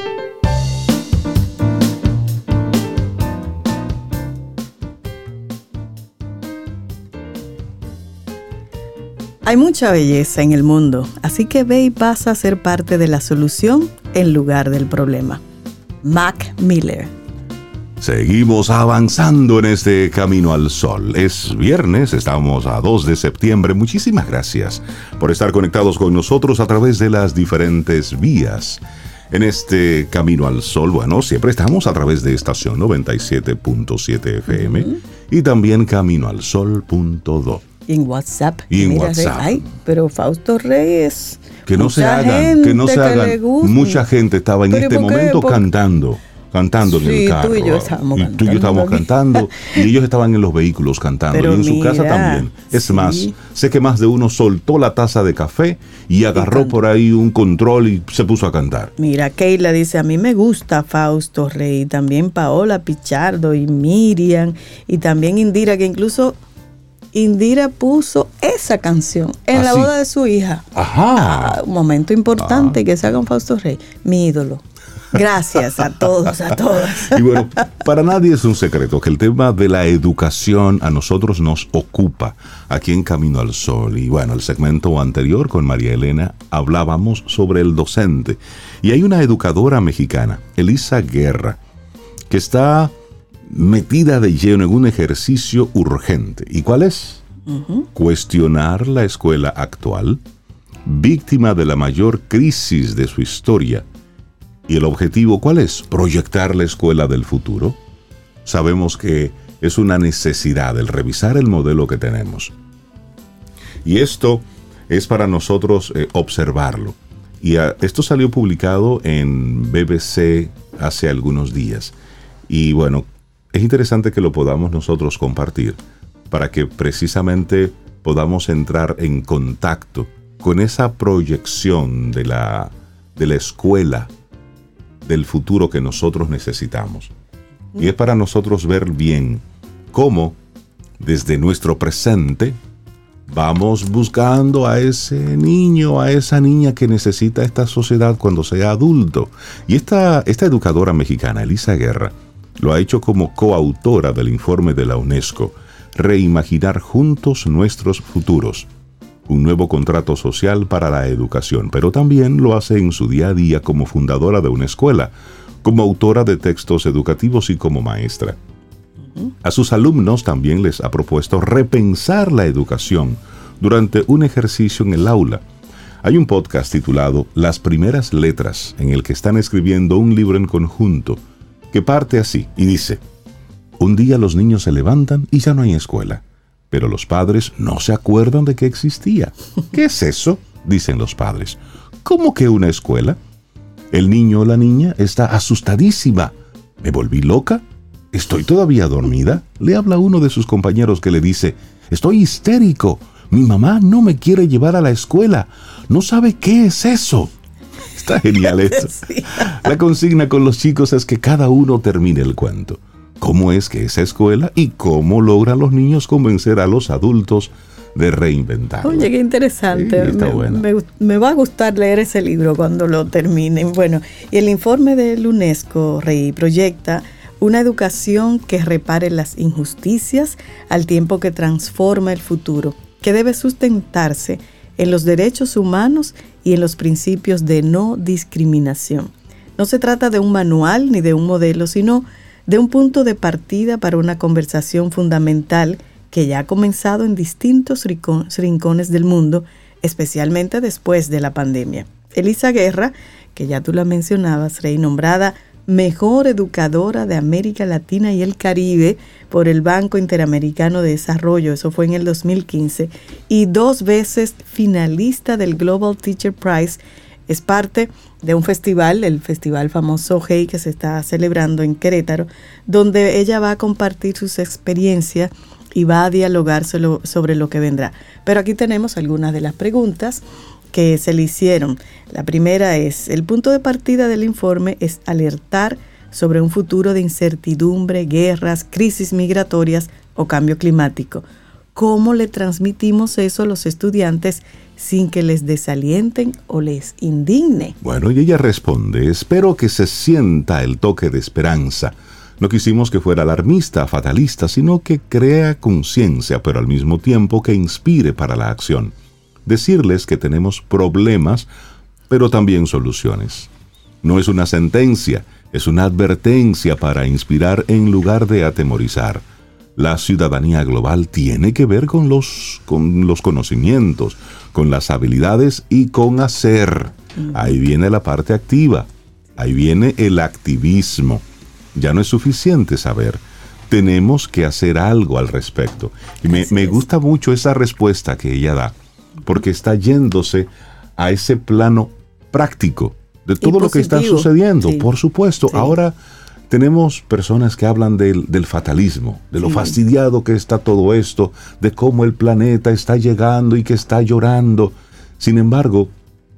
Hay mucha belleza en el mundo, así que ve y pasa a ser parte de la solución en lugar del problema. Mac Miller. Seguimos avanzando en este Camino al Sol. Es viernes, estamos a 2 de septiembre. Muchísimas gracias por estar conectados con nosotros a través de las diferentes vías. En este Camino al Sol, bueno, siempre estamos a través de estación 97.7 FM y también caminoalsol.do. Y en WhatsApp. Y en WhatsApp. Ay, pero Fausto Reyes. Que no se hagan. Mucha gente estaba en este momento cantando en el carro. Tú y yo estábamos cantando. Y ellos estaban en los vehículos cantando. Pero y en su casa también. Es más, sé que más de uno soltó la taza de café y agarró por ahí un control y se puso a cantar. Mira, Keila dice, a mí me gusta Fausto Rey. También Paola Pichardo y Miriam. Y también Indira, que incluso... Indira puso esa canción en la boda de su hija. Ajá. Un momento importante que sea con Fausto Rey, mi ídolo. Gracias a todos, a todas. Y bueno, para nadie es un secreto que el tema de la educación a nosotros nos ocupa aquí en Camino al Sol. Y bueno, el segmento anterior con María Elena hablábamos sobre el docente. Y hay una educadora mexicana, Elisa Guerra, que está metida de lleno en un ejercicio urgente. ¿Y cuál es? Cuestionar la escuela actual, víctima de la mayor crisis de su historia. ¿Y el objetivo cuál es? Proyectar la escuela del futuro. Sabemos que es una necesidad el revisar el modelo que tenemos. Y esto es para nosotros observarlo. Y esto salió publicado en BBC hace algunos días. Y bueno, es interesante que lo podamos nosotros compartir para que precisamente podamos entrar en contacto con esa proyección de la escuela del futuro que nosotros necesitamos. Y es para nosotros ver bien cómo desde nuestro presente vamos buscando a ese niño, a esa niña que necesita esta sociedad cuando sea adulto. Y esta educadora mexicana, Elisa Guerra, lo ha hecho como coautora del informe de la UNESCO, Reimaginar juntos nuestros futuros, un nuevo contrato social para la educación, pero también lo hace en su día a día como fundadora de una escuela, como autora de textos educativos y como maestra. A sus alumnos también les ha propuesto repensar la educación durante un ejercicio en el aula. Hay un podcast titulado Las primeras letras, en el que están escribiendo un libro en conjunto, que parte así y dice: un día los niños se levantan y ya no hay escuela, pero los padres no se acuerdan de que existía. ¿Qué es eso?, dicen los padres. ¿Cómo que una escuela? El niño o la niña está asustadísima. ¿Me volví loca? ¿Estoy todavía dormida? Le habla uno de sus compañeros que le dice: estoy histérico. Mi mamá no me quiere llevar a la escuela. No sabe qué es eso. Está genial esto. Sí. La consigna con los chicos es que cada uno termine el cuento. ¿Cómo es que esa escuela y cómo logran los niños convencer a los adultos de reinventarlo? Oye, qué interesante. Sí, bueno. Me va a gustar leer ese libro cuando lo terminen. Bueno, y el informe del UNESCO, Rey, proyecta una educación que repare las injusticias al tiempo que transforma el futuro, que debe sustentarse en los derechos humanos y en los principios de no discriminación. No se trata de un manual ni de un modelo, sino de un punto de partida para una conversación fundamental que ya ha comenzado en distintos rincones del mundo, especialmente después de la pandemia. Elisa Guerra, que ya tú la mencionabas, Rey, nombrada Mejor Educadora de América Latina y el Caribe por el Banco Interamericano de Desarrollo, eso fue en el 2015, y 2 veces finalista del Global Teacher Prize, es parte de un festival, el festival famoso Hey, que se está celebrando en Querétaro, donde ella va a compartir sus experiencias y va a dialogar sobre lo que vendrá. Pero aquí tenemos algunas de las preguntas que se le hicieron. La primera es: el punto de partida del informe es alertar sobre un futuro de incertidumbre, guerras, crisis migratorias o cambio climático. ¿Cómo le transmitimos eso a los estudiantes sin que les desalienten o les indigne? Bueno, y ella responde: espero que se sienta el toque de esperanza. No quisimos que fuera alarmista, fatalista, sino que crea conciencia, pero al mismo tiempo que inspire para la acción. Decirles que tenemos problemas, pero también soluciones. No es una sentencia, es una advertencia para inspirar en lugar de atemorizar. La ciudadanía global tiene que ver con los conocimientos, con las habilidades y con hacer. Ahí viene la parte activa, ahí viene el activismo. Ya no es suficiente saber, tenemos que hacer algo al respecto. Y me gusta mucho esa respuesta que ella da, porque está yéndose a ese plano práctico de todo lo que está sucediendo. Sí. Por supuesto, sí. Ahora tenemos personas que hablan del fatalismo, de lo fastidiado que está todo esto, de cómo el planeta está llegando y que está llorando. Sin embargo,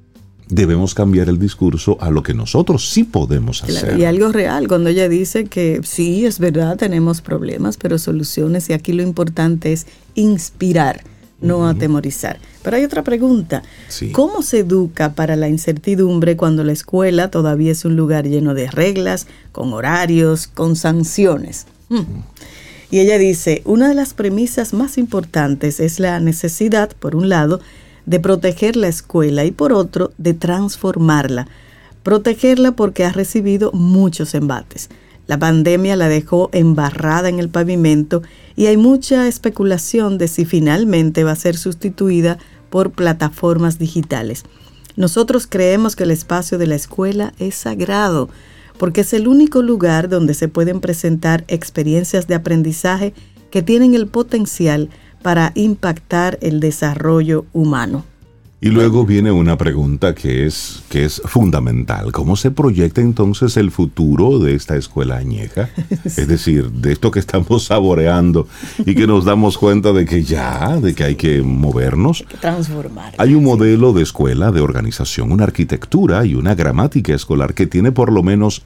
debemos cambiar el discurso a lo que nosotros sí podemos hacer. Claro, y algo real, cuando ella dice que sí, es verdad, tenemos problemas, pero soluciones, y aquí lo importante es inspirar, no atemorizar. Pero hay otra pregunta. Sí. ¿Cómo se educa para la incertidumbre cuando la escuela todavía es un lugar lleno de reglas, con horarios, con sanciones? Y ella dice, una de las premisas más importantes es la necesidad, por un lado, de proteger la escuela y por otro, de transformarla. Protegerla porque ha recibido muchos embates. La pandemia la dejó embarrada en el pavimento y hay mucha especulación de si finalmente va a ser sustituida por plataformas digitales. Nosotros creemos que el espacio de la escuela es sagrado porque es el único lugar donde se pueden presentar experiencias de aprendizaje que tienen el potencial para impactar el desarrollo humano. Y luego viene una pregunta que es fundamental. ¿Cómo se proyecta entonces el futuro de esta escuela añeja? Sí. Es decir, de esto que estamos saboreando y que nos damos cuenta de que hay que movernos. Hay que transformar. Hay un modelo de escuela, de organización, una arquitectura y una gramática escolar que tiene por lo menos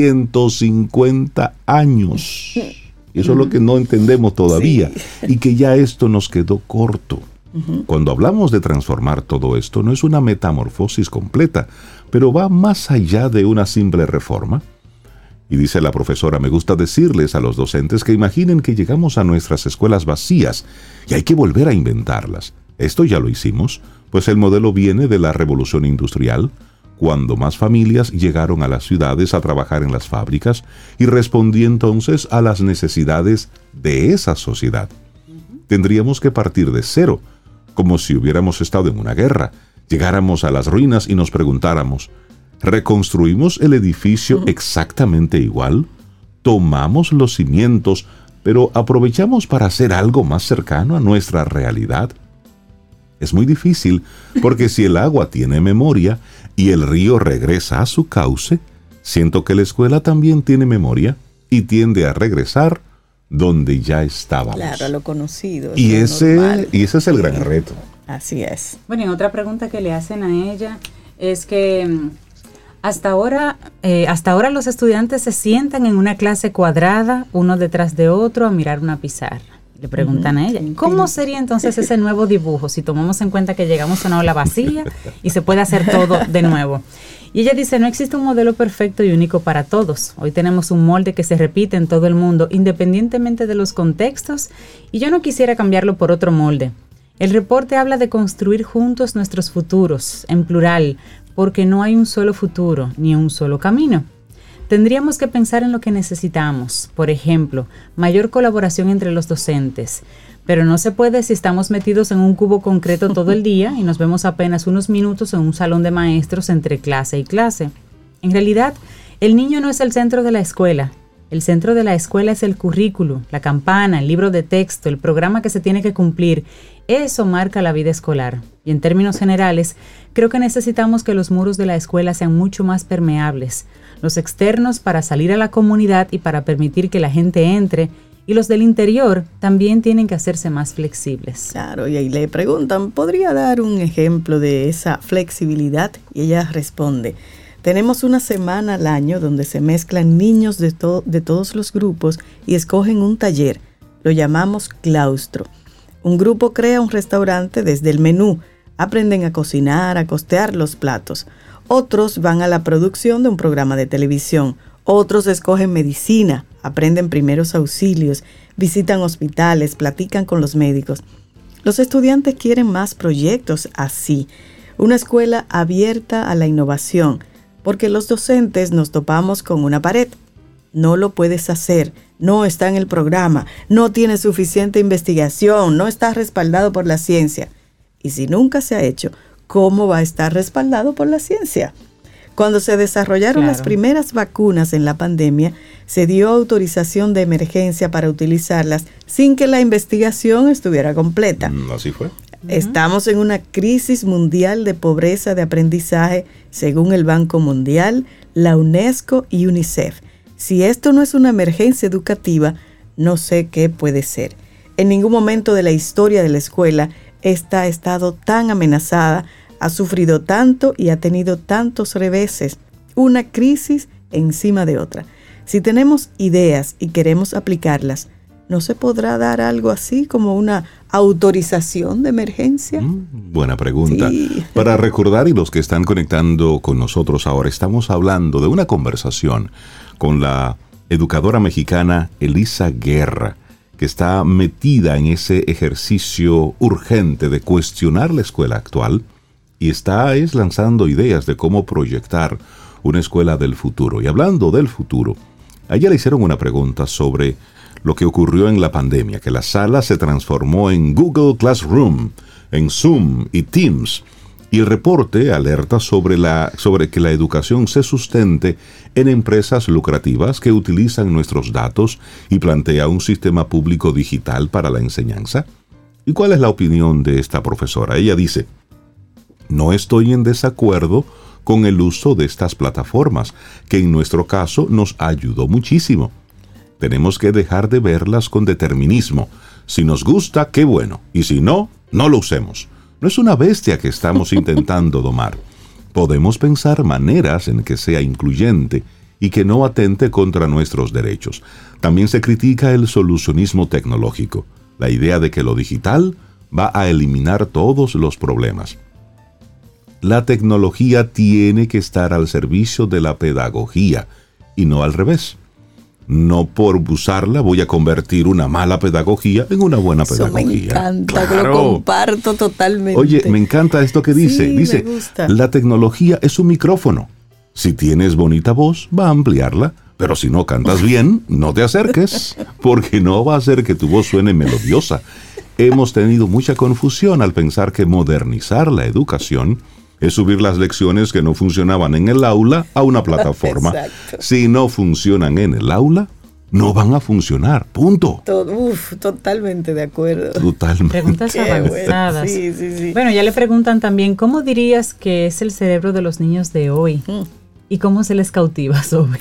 150 años. Y eso es lo que no entendemos todavía. Sí. Y que ya esto nos quedó corto. Cuando hablamos de transformar todo esto, no es una metamorfosis completa, pero va más allá de una simple reforma. Y dice la profesora, me gusta decirles a los docentes que imaginen que llegamos a nuestras escuelas vacías y hay que volver a inventarlas. Esto ya lo hicimos, pues el modelo viene de la revolución industrial, cuando más familias llegaron a las ciudades a trabajar en las fábricas y respondí entonces a las necesidades de esa sociedad. Tendríamos que partir de cero, como si hubiéramos estado en una guerra, llegáramos a las ruinas y nos preguntáramos, ¿reconstruimos el edificio exactamente igual? ¿Tomamos los cimientos, pero aprovechamos para hacer algo más cercano a nuestra realidad? Es muy difícil, porque si el agua tiene memoria y el río regresa a su cauce, siento que la escuela también tiene memoria y tiende a regresar donde ya estábamos. Claro, a lo conocido. Y ese es el gran reto. Así es. Bueno, y otra pregunta que le hacen a ella es que hasta ahora los estudiantes se sientan en una clase cuadrada, uno detrás de otro, a mirar una pizarra. Le preguntan a ella, ¿cómo sería entonces ese nuevo dibujo si tomamos en cuenta que llegamos a una aula vacía y se puede hacer todo de nuevo? Y ella dice, no existe un modelo perfecto y único para todos. Hoy tenemos un molde que se repite en todo el mundo, independientemente de los contextos, y yo no quisiera cambiarlo por otro molde. El reporte habla de construir juntos nuestros futuros, en plural, porque no hay un solo futuro, ni un solo camino. Tendríamos que pensar en lo que necesitamos, por ejemplo, mayor colaboración entre los docentes, pero no se puede si estamos metidos en un cubo concreto todo el día y nos vemos apenas unos minutos en un salón de maestros entre clase y clase. En realidad, el niño no es el centro de la escuela. El centro de la escuela es el currículo, la campana, el libro de texto, el programa que se tiene que cumplir. Eso marca la vida escolar. Y en términos generales, creo que necesitamos que los muros de la escuela sean mucho más permeables. Los externos para salir a la comunidad y para permitir que la gente entre, y los del interior también tienen que hacerse más flexibles. Claro, y ahí le preguntan, ¿podría dar un ejemplo de esa flexibilidad? Y ella responde, tenemos una semana al año donde se mezclan niños de todos los grupos y escogen un taller. Lo llamamos claustro. Un grupo crea un restaurante desde el menú, aprenden a cocinar, a costear los platos. Otros van a la producción de un programa de televisión. Otros escogen medicina, aprenden primeros auxilios, visitan hospitales, platican con los médicos. Los estudiantes quieren más proyectos así, una escuela abierta a la innovación, porque los docentes nos topamos con una pared. No lo puedes hacer, no está en el programa, no tiene suficiente investigación, no está respaldado por la ciencia. Y si nunca se ha hecho, ¿cómo va a estar respaldado por la ciencia? Cuando se desarrollaron las primeras vacunas en la pandemia, se dio autorización de emergencia para utilizarlas sin que la investigación estuviera completa. Así fue. Estamos en una crisis mundial de pobreza de aprendizaje, según el Banco Mundial, la UNESCO y UNICEF. Si esto no es una emergencia educativa, no sé qué puede ser. En ningún momento de la historia de la escuela esta ha estado tan amenazada, ha sufrido tanto y ha tenido tantos reveses, una crisis encima de otra. Si tenemos ideas y queremos aplicarlas, ¿no se podrá dar algo así como una autorización de emergencia? Buena pregunta. Sí. Para recordar, y los que están conectando con nosotros ahora, estamos hablando de una conversación con la educadora mexicana Elisa Guerra, que está metida en ese ejercicio urgente de cuestionar la escuela actual y está lanzando ideas de cómo proyectar una escuela del futuro. Y hablando del futuro, a ella le hicieron una pregunta sobre lo que ocurrió en la pandemia, que la sala se transformó en Google Classroom, en Zoom y Teams. Y el reporte alerta sobre que la educación se sustente en empresas lucrativas que utilizan nuestros datos y plantea un sistema público digital para la enseñanza. ¿Y cuál es la opinión de esta profesora? Ella dice: no estoy en desacuerdo con el uso de estas plataformas, que en nuestro caso nos ayudó muchísimo. Tenemos que dejar de verlas con determinismo. Si nos gusta, qué bueno, y si no, no lo usemos. No es una bestia que estamos intentando domar. Podemos pensar maneras en que sea incluyente y que no atente contra nuestros derechos. También se critica el solucionismo tecnológico, la idea de que lo digital va a eliminar todos los problemas. La tecnología tiene que estar al servicio de la pedagogía y no al revés. No por usarla voy a convertir una mala pedagogía en una buena pedagogía. Eso me encanta, Claro. lo comparto totalmente. Oye, me encanta esto que dice. Sí, Dice, me gusta. la tecnología es un micrófono. Si tienes bonita voz, va a ampliarla. Pero si no cantas bien, no te acerques, porque no va a hacer que tu voz suene melodiosa. Hemos tenido mucha confusión al pensar que modernizar la educación es subir las lecciones que no funcionaban en el aula a una plataforma. Exacto. Si no funcionan en el aula, no van a funcionar. Punto. Totalmente de acuerdo. Totalmente. Preguntas Qué avanzadas. bueno. Sí. Bueno, ya le preguntan también, ¿cómo dirías que es el cerebro de los niños de hoy? ¿Y cómo se les cautiva sobre?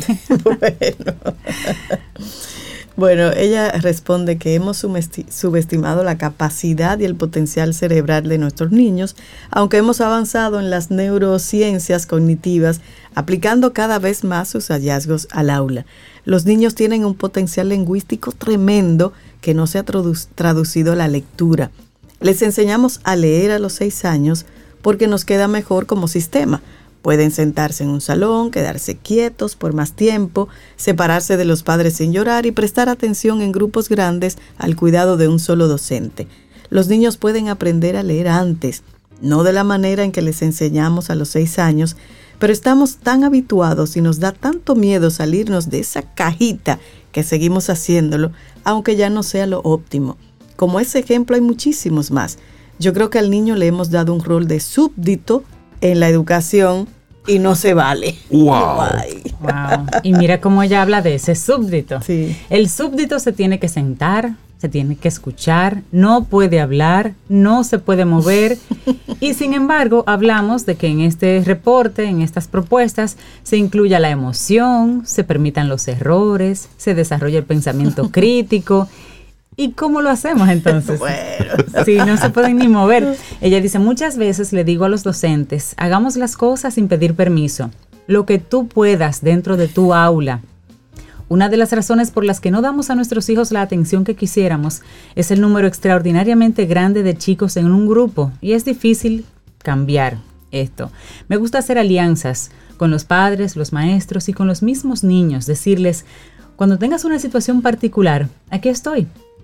Bueno, ella responde que hemos subestimado la capacidad y el potencial cerebral de nuestros niños, aunque hemos avanzado en las neurociencias cognitivas, aplicando cada vez más sus hallazgos al aula. Los niños tienen un potencial lingüístico tremendo que no se ha traducido a la lectura. Les enseñamos a leer a los 6 años porque nos queda mejor como sistema. Pueden sentarse en un salón, quedarse quietos por más tiempo, separarse de los padres sin llorar y prestar atención en grupos grandes al cuidado de un solo docente. Los niños pueden aprender a leer antes, no de la manera en que les enseñamos a los 6 años, pero estamos tan habituados y nos da tanto miedo salirnos de esa cajita que seguimos haciéndolo, aunque ya no sea lo óptimo. Como ese ejemplo hay muchísimos más. Yo creo que al niño le hemos dado un rol de súbdito en la educación y no se vale. ¡Wow! Wow. Y mira cómo ella habla de ese súbdito. Sí. El súbdito se tiene que sentar, se tiene que escuchar, no puede hablar, no se puede mover. Y sin embargo, hablamos de que en este reporte, en estas propuestas, se incluya la emoción, se permitan los errores, se desarrolla el pensamiento crítico. ¿Y cómo lo hacemos entonces? Bueno. Sí, no se pueden ni mover. Ella dice, muchas veces le digo a los docentes, hagamos las cosas sin pedir permiso. Lo que tú puedas dentro de tu aula. Una de las razones por las que no damos a nuestros hijos la atención que quisiéramos es el número extraordinariamente grande de chicos en un grupo y es difícil cambiar esto. Me gusta hacer alianzas con los padres, los maestros y con los mismos niños. Decirles, cuando tengas una situación particular, aquí estoy.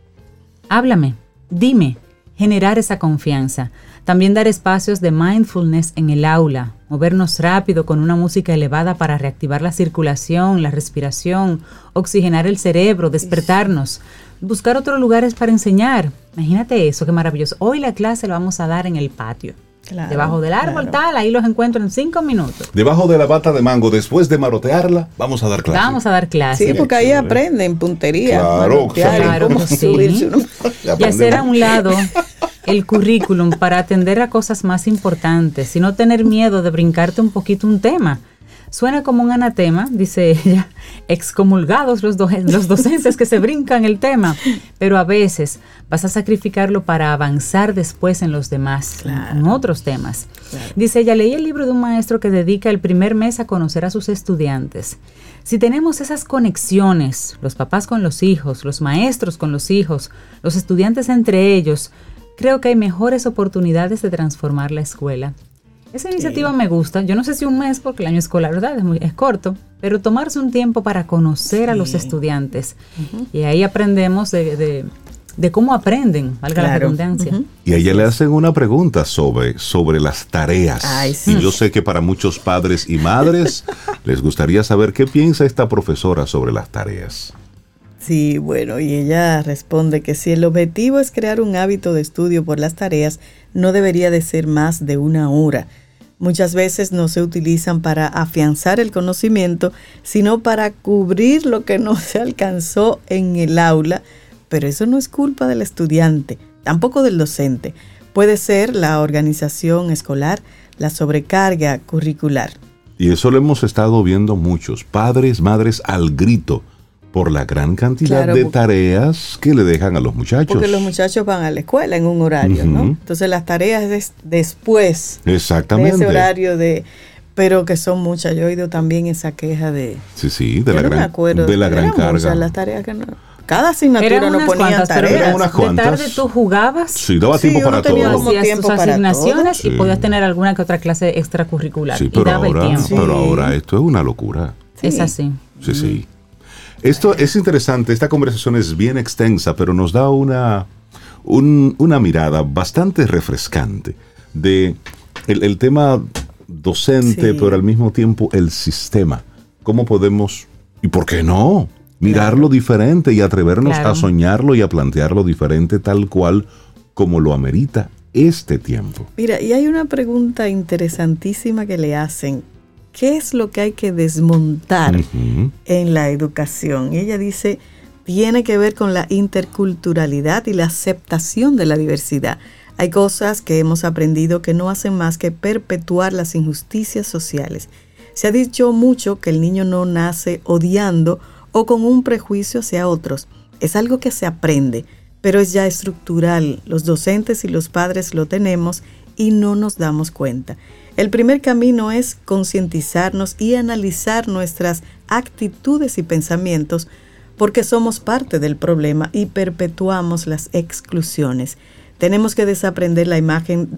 Háblame, dime, generar esa confianza. También dar espacios de mindfulness en el aula, movernos rápido con una música elevada para reactivar la circulación, la respiración, oxigenar el cerebro, despertarnos, buscar otros lugares para enseñar. Imagínate eso, qué maravilloso. Hoy la clase la vamos a dar en el patio. Claro, Debajo del árbol, tal, ahí los encuentro en 5 minutos. Debajo de la bata de mango, después de marotearla, vamos a dar clase. Vamos a dar clase. Sí, porque ahí aprenden puntería. Claro, claro, cómo sí. subirse uno. Y hacer a un lado el currículum para atender a cosas más importantes y no tener miedo de brincarte un poquito un tema. Suena como un anatema, dice ella, excomulgados los docentes que se brincan el tema, pero a veces vas a sacrificarlo para avanzar después en los demás, Claro. en otros temas. Claro. Dice ella, leí el libro de un maestro que dedica el primer mes a conocer a sus estudiantes. Si tenemos esas conexiones, los papás con los hijos, los maestros con los hijos, los estudiantes entre ellos, creo que hay mejores oportunidades de transformar la escuela. Esa iniciativa me gusta. Yo no sé si un mes, porque el año escolar, ¿verdad? Es corto, pero tomarse un tiempo para conocer a los estudiantes. Y ahí aprendemos de cómo aprenden, valga la redundancia. Y a ella le hacen una pregunta sobre las tareas. Ay, sí. Y yo sé que para muchos padres y madres les gustaría saber qué piensa esta profesora sobre las tareas. Sí, bueno, y ella responde que si el objetivo es crear un hábito de estudio por las tareas, no debería de ser más de 1 hora. Muchas veces no se utilizan para afianzar el conocimiento, sino para cubrir lo que no se alcanzó en el aula, pero eso no es culpa del estudiante, tampoco del docente. Puede ser la organización escolar, la sobrecarga curricular. Y eso lo hemos estado viendo muchos, padres, madres al grito, por la gran cantidad de tareas que le dejan a los muchachos. Porque los muchachos van a la escuela en un horario, ¿no? Entonces las tareas es después de ese horario pero que son muchas. Yo he oído también esa queja de... Sí, de la gran carga. Muchas las tareas que no... Cada asignatura no ponían tareas. Eran unas cuantas. De tarde tú jugabas. Sí, daba tiempo para todo. Hacías tus asignaciones y podías tener alguna que otra clase extracurricular. Sí, pero ahora esto es una locura. Sí. Es así. Sí. Esto es interesante, esta conversación es bien extensa, pero nos da una mirada bastante refrescante de el tema docente, pero al mismo tiempo el sistema. ¿Cómo podemos, y por qué no, mirarlo diferente y atrevernos a soñarlo y a plantearlo diferente tal cual como lo amerita este tiempo? Mira, y hay una pregunta interesantísima que le hacen. ¿Qué es lo que hay que desmontar en la educación? Y ella dice, tiene que ver con la interculturalidad y la aceptación de la diversidad. Hay cosas que hemos aprendido que no hacen más que perpetuar las injusticias sociales. Se ha dicho mucho que el niño no nace odiando o con un prejuicio hacia otros. Es algo que se aprende, pero es ya estructural. Los docentes y los padres lo tenemos y no nos damos cuenta. El primer camino es concientizarnos y analizar nuestras actitudes y pensamientos porque somos parte del problema y perpetuamos las exclusiones. Tenemos que desaprender la imagen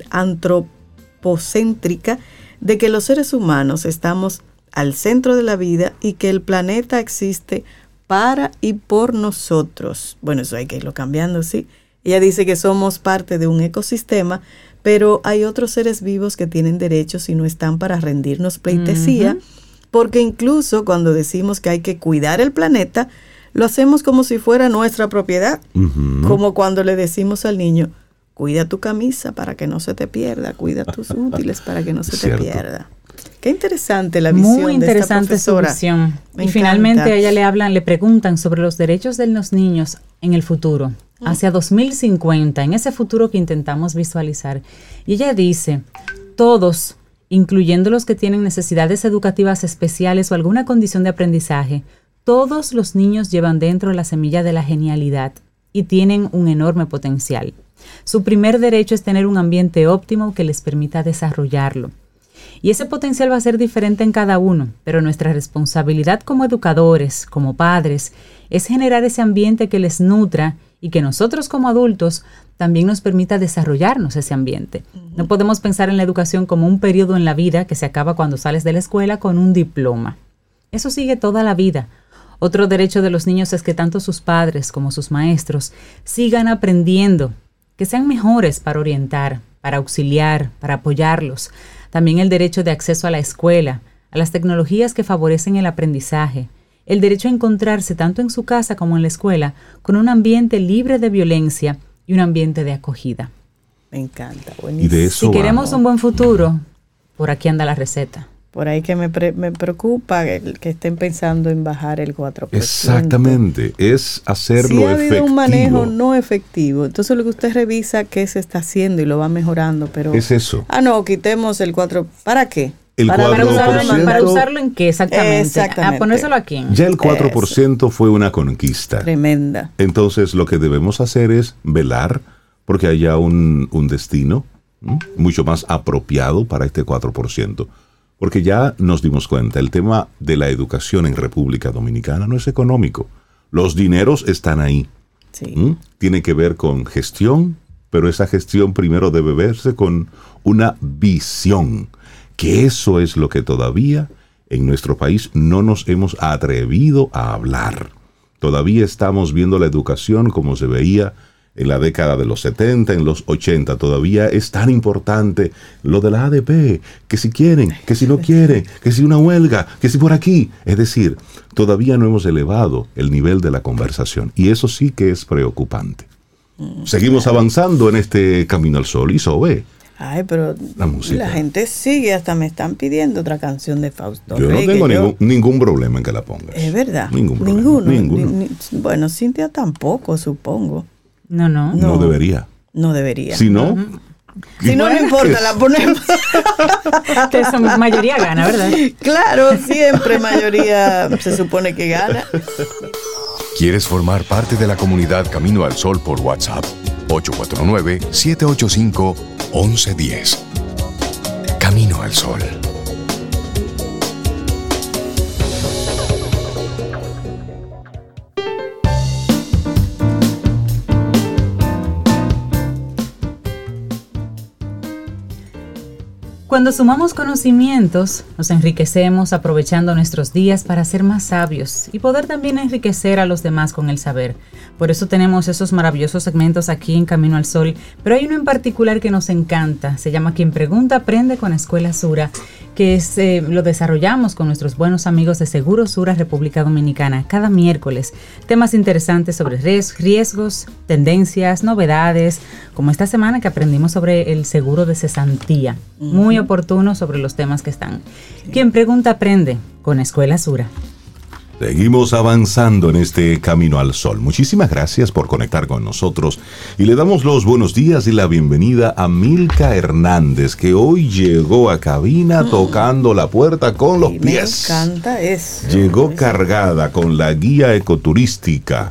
antropocéntrica de que los seres humanos estamos al centro de la vida y que el planeta existe para y por nosotros. Bueno, eso hay que irlo cambiando, sí. Ella dice que somos parte de un ecosistema, pero hay otros seres vivos que tienen derechos y no están para rendirnos pleitesía, porque incluso cuando decimos que hay que cuidar el planeta, lo hacemos como si fuera nuestra propiedad, como cuando le decimos al niño, cuida tu camisa para que no se te pierda, cuida tus útiles para que no se te pierda. Qué interesante la visión. Muy interesante de esta profesora. Su visión. Y finalmente a ella le preguntan sobre los derechos de los niños en el futuro, hacia 2050, en ese futuro que intentamos visualizar. Y ella dice, todos, incluyendo los que tienen necesidades educativas especiales o alguna condición de aprendizaje, todos los niños llevan dentro la semilla de la genialidad y tienen un enorme potencial. Su primer derecho es tener un ambiente óptimo que les permita desarrollarlo. Y ese potencial va a ser diferente en cada uno, pero nuestra responsabilidad como educadores, como padres, es generar ese ambiente que les nutra y que nosotros como adultos también nos permita desarrollarnos ese ambiente. No podemos pensar en la educación como un periodo en la vida que se acaba cuando sales de la escuela con un diploma. Eso sigue toda la vida. Otro derecho de los niños es que tanto sus padres como sus maestros sigan aprendiendo, que sean mejores para orientar, para auxiliar, para apoyarlos. También el derecho de acceso a la escuela, a las tecnologías que favorecen el aprendizaje, el derecho a encontrarse tanto en su casa como en la escuela con un ambiente libre de violencia y un ambiente de acogida. Me encanta, buenísimo. Y de eso si queremos un buen futuro, por aquí anda la receta. Por ahí que me preocupa que estén pensando en bajar el 4%. Exactamente, es hacerlo efectivo. Si ha habido un manejo no efectivo, entonces lo que usted revisa qué se está haciendo y lo va mejorando, pero... Es eso. No, quitemos el 4%. ¿Para qué? Para usarlo en qué exactamente. A ponérselo aquí. Ya el 4% fue una conquista. Tremenda. Entonces lo que debemos hacer es velar porque haya un destino mucho más apropiado para este 4%. Porque ya nos dimos cuenta, el tema de la educación en República Dominicana no es económico. Los dineros están ahí. Sí. Tiene que ver con gestión pero esa gestión primero debe verse con una visión, que eso es lo que todavía en nuestro país no nos hemos atrevido a hablar. Todavía estamos viendo la educación como se veía en la década de los 70, en los 80. Todavía es tan importante lo de la ADP, que si quieren, que si no quieren, que si una huelga, que si por aquí. Es decir, todavía no hemos elevado el nivel de la conversación y eso sí que es preocupante. Seguimos avanzando en este camino al sol y Sobe. Ay, pero la gente sigue, hasta me están pidiendo otra canción de Fausto. Yo no tengo ningún problema en que la pongas. Es verdad. Ninguno. Bueno, Cintia tampoco, supongo. No debería. No debería. Si no... Si no, no importa, la ponemos. Mayoría gana, ¿verdad? Claro, siempre mayoría se supone que gana. ¿Quieres formar parte de la comunidad Camino al Sol por WhatsApp? 849-785-1110. Camino al Sol. Cuando sumamos conocimientos, nos enriquecemos aprovechando nuestros días para ser más sabios y poder también enriquecer a los demás con el saber. Por eso tenemos esos maravillosos segmentos aquí en Camino al Sol, pero hay uno en particular que nos encanta. Se llama Quien Pregunta Aprende con Escuela Sura, que lo desarrollamos con nuestros buenos amigos de Seguro Sura República Dominicana cada miércoles. Temas interesantes sobre riesgos, tendencias, novedades, como esta semana que aprendimos sobre el seguro de cesantía. Muy oportuno sobre los temas que están. Quien Pregunta Aprende con Escuela Sura. Seguimos avanzando en este Camino al Sol. Muchísimas gracias por conectar con nosotros y le damos los buenos días y la bienvenida a Milka Hernández, que hoy llegó a cabina tocando la puerta con los pies. Me encanta eso. Llegó cargada con la guía ecoturística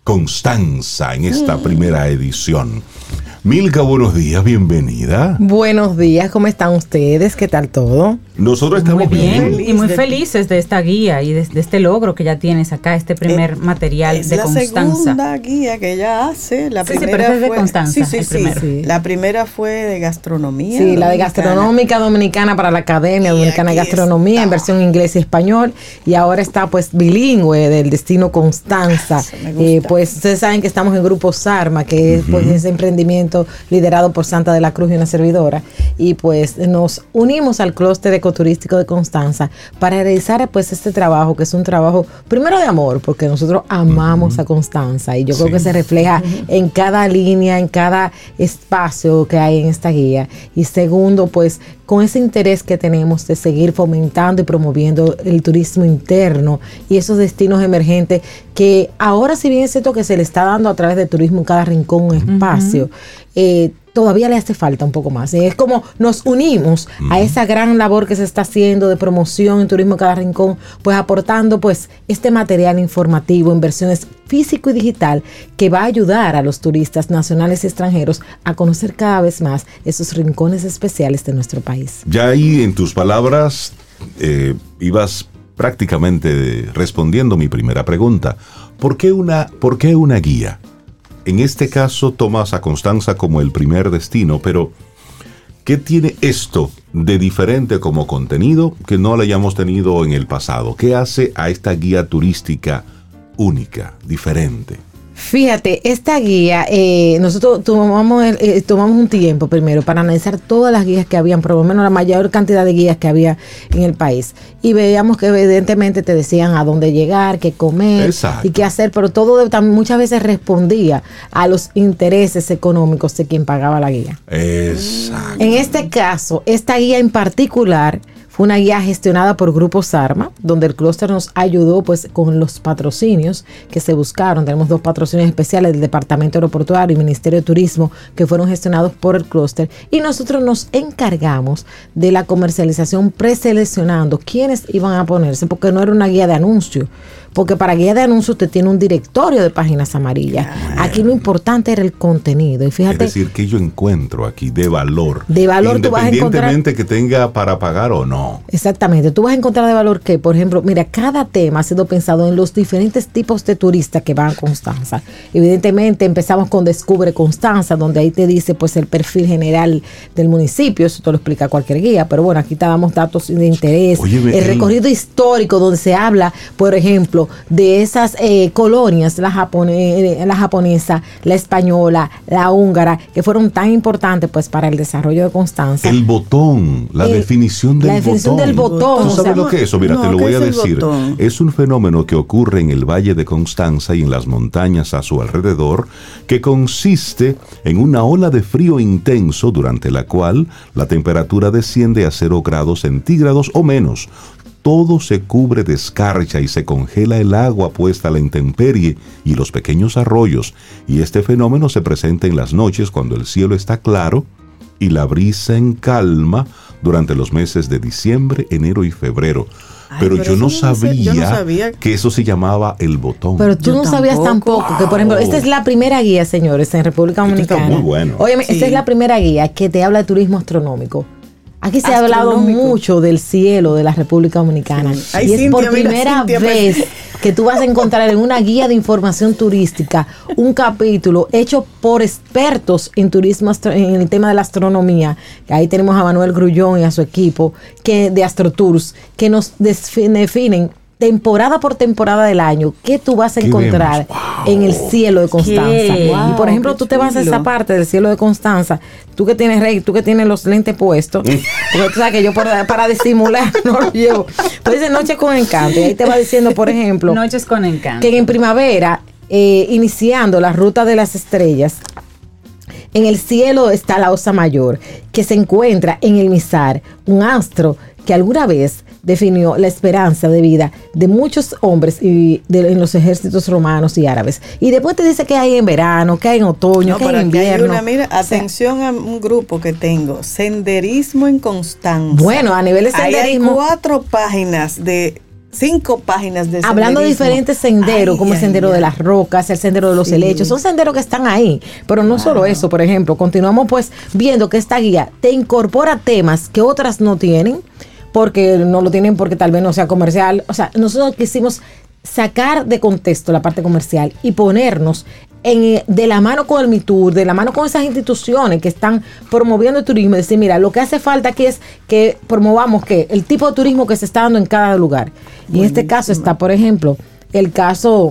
Constanza en esta primera edición. Milka, buenos días, bienvenida. Buenos días, ¿cómo están ustedes? ¿Qué tal todo? Nosotros estamos muy bien y muy felices de esta guía y de este logro que ya tienes acá, este primer material de Constanza. Es la segunda guía que ella hace. La primera fue de Constanza. Sí. La primera fue de gastronomía. Sí, la de gastronómica dominicana para la Academia Dominicana de Gastronomía en versión inglés y español, y ahora está pues bilingüe del destino Constanza. Pues ustedes saben que estamos en Grupo Sarma, que es pues ese emprendimiento liderado por Santa de la Cruz y una servidora, y pues nos unimos al clúster ecoturístico de Constanza para realizar pues este trabajo, que es un trabajo primero de amor, porque nosotros amamos a Constanza y yo creo que se refleja en cada línea, en cada espacio que hay en esta guía, y segundo pues con ese interés que tenemos de seguir fomentando y promoviendo el turismo interno y esos destinos emergentes que ahora, si bien es cierto que se le está dando a través de Turismo en Cada Rincón un espacio, todavía le hace falta un poco más. Es como nos unimos a esa gran labor que se está haciendo de promoción en Turismo en Cada Rincón, pues aportando pues este material informativo en versiones físico y digital que va a ayudar a los turistas nacionales y extranjeros a conocer cada vez más esos rincones especiales de nuestro país. Ya ahí en tus palabras ibas prácticamente respondiendo mi primera pregunta. ¿Por qué una guía? En este caso tomas a Constanza como el primer destino, pero ¿qué tiene esto de diferente como contenido que no lo hayamos tenido en el pasado? ¿Qué hace a esta guía turística única, diferente? Fíjate, esta guía, nosotros tomamos un tiempo primero para analizar todas las guías que habían, por lo menos la mayor cantidad de guías que había en el país. Y veíamos que evidentemente te decían a dónde llegar, qué comer. Exacto. Y qué hacer, pero todo muchas veces respondía a los intereses económicos de quien pagaba la guía. Exacto. En este caso, esta guía en particular fue una guía gestionada por Grupo Sarma, donde el clúster nos ayudó pues con los patrocinios que se buscaron. Tenemos 2 patrocinios especiales del Departamento Aeroportuario y Ministerio de Turismo que fueron gestionados por el clúster, y nosotros nos encargamos de la comercialización preseleccionando quiénes iban a ponerse, porque no era una guía de anuncio. porque para guía de anuncios usted tiene un directorio de páginas amarillas. Aquí lo importante era el contenido. Y fíjate, es decir, que yo encuentro aquí de valor. De valor tú vas a encontrar, independientemente que tenga para pagar o no. Exactamente. Tú vas a encontrar de valor que, por ejemplo, mira, cada tema ha sido pensado en los diferentes tipos de turistas que van a Constanza. Evidentemente empezamos con Descubre Constanza, donde ahí te dice pues el perfil general del municipio. Eso te lo explica cualquier guía, pero bueno, aquí te damos datos de interés. Óyeme, el recorrido histórico, donde se habla, por ejemplo, de esas colonias, la japonesa, la española, la húngara, que fueron tan importantes pues para el desarrollo de Constanza. El botón, la definición del botón. La definición del botón. ¿Tú sabes lo que es eso? Mira, no, te lo voy a decir. Botón? Es un fenómeno que ocurre en el Valle de Constanza y en las montañas a su alrededor, que consiste en una ola de frío intenso durante la cual la temperatura desciende a 0 grados centígrados o menos. Todo se cubre de escarcha y se congela el agua puesta a la intemperie y los pequeños arroyos, y este fenómeno se presenta en las noches cuando el cielo está claro y la brisa en calma durante los meses de diciembre, enero y febrero. Pero yo no sabía que eso se llamaba el botón. Pero tú no sabías tampoco que, por ejemplo, esta es la primera guía, señores, en República Dominicana. Está muy bueno. Óyeme, esta es la primera guía que te habla de turismo astronómico. Aquí se ha hablado mucho del cielo de la República Dominicana. Sí. Ay, y es Cintia, por primera vez que tú vas a encontrar en una guía de información turística un capítulo hecho por expertos en turismo, en el tema de la astronomía. Ahí tenemos a Manuel Grullón y a su equipo de AstroTours, que nos definen temporada por temporada del año qué tú vas a encontrar en el cielo de Constanza. Y por ejemplo, tú te vas a esa parte del cielo de Constanza, tú que tienes los lentes puestos, porque tú sabes que yo para disimular no lo llevo. Tú dices Noches con Encanto, y ahí te va diciendo, por ejemplo, Noches con Encanto, que en primavera, iniciando la ruta de las estrellas, en el cielo está la Osa Mayor, que se encuentra en el Mizar, un astro que alguna vez definió la esperanza de vida de muchos hombres en los ejércitos romanos y árabes. Y después te dice que hay en verano, que hay en otoño, que hay en invierno. Atención a un grupo que tengo, Senderismo en Constanza. Bueno, a nivel de senderismo. Hay 4 páginas de 5 páginas de hablando de diferentes senderos, como el sendero de las rocas, el sendero de los helechos, son senderos que están ahí, pero no solo eso. Por ejemplo, continuamos pues viendo que esta guía te incorpora temas que otras no tienen, porque no lo tienen porque tal vez no sea comercial. O sea, nosotros quisimos sacar de contexto la parte comercial y ponernos de la mano con el MITUR, de la mano con esas instituciones que están promoviendo el turismo, y decir, mira, lo que hace falta aquí es que promovamos el tipo de turismo que se está dando en cada lugar. Y en este caso está, por ejemplo, el caso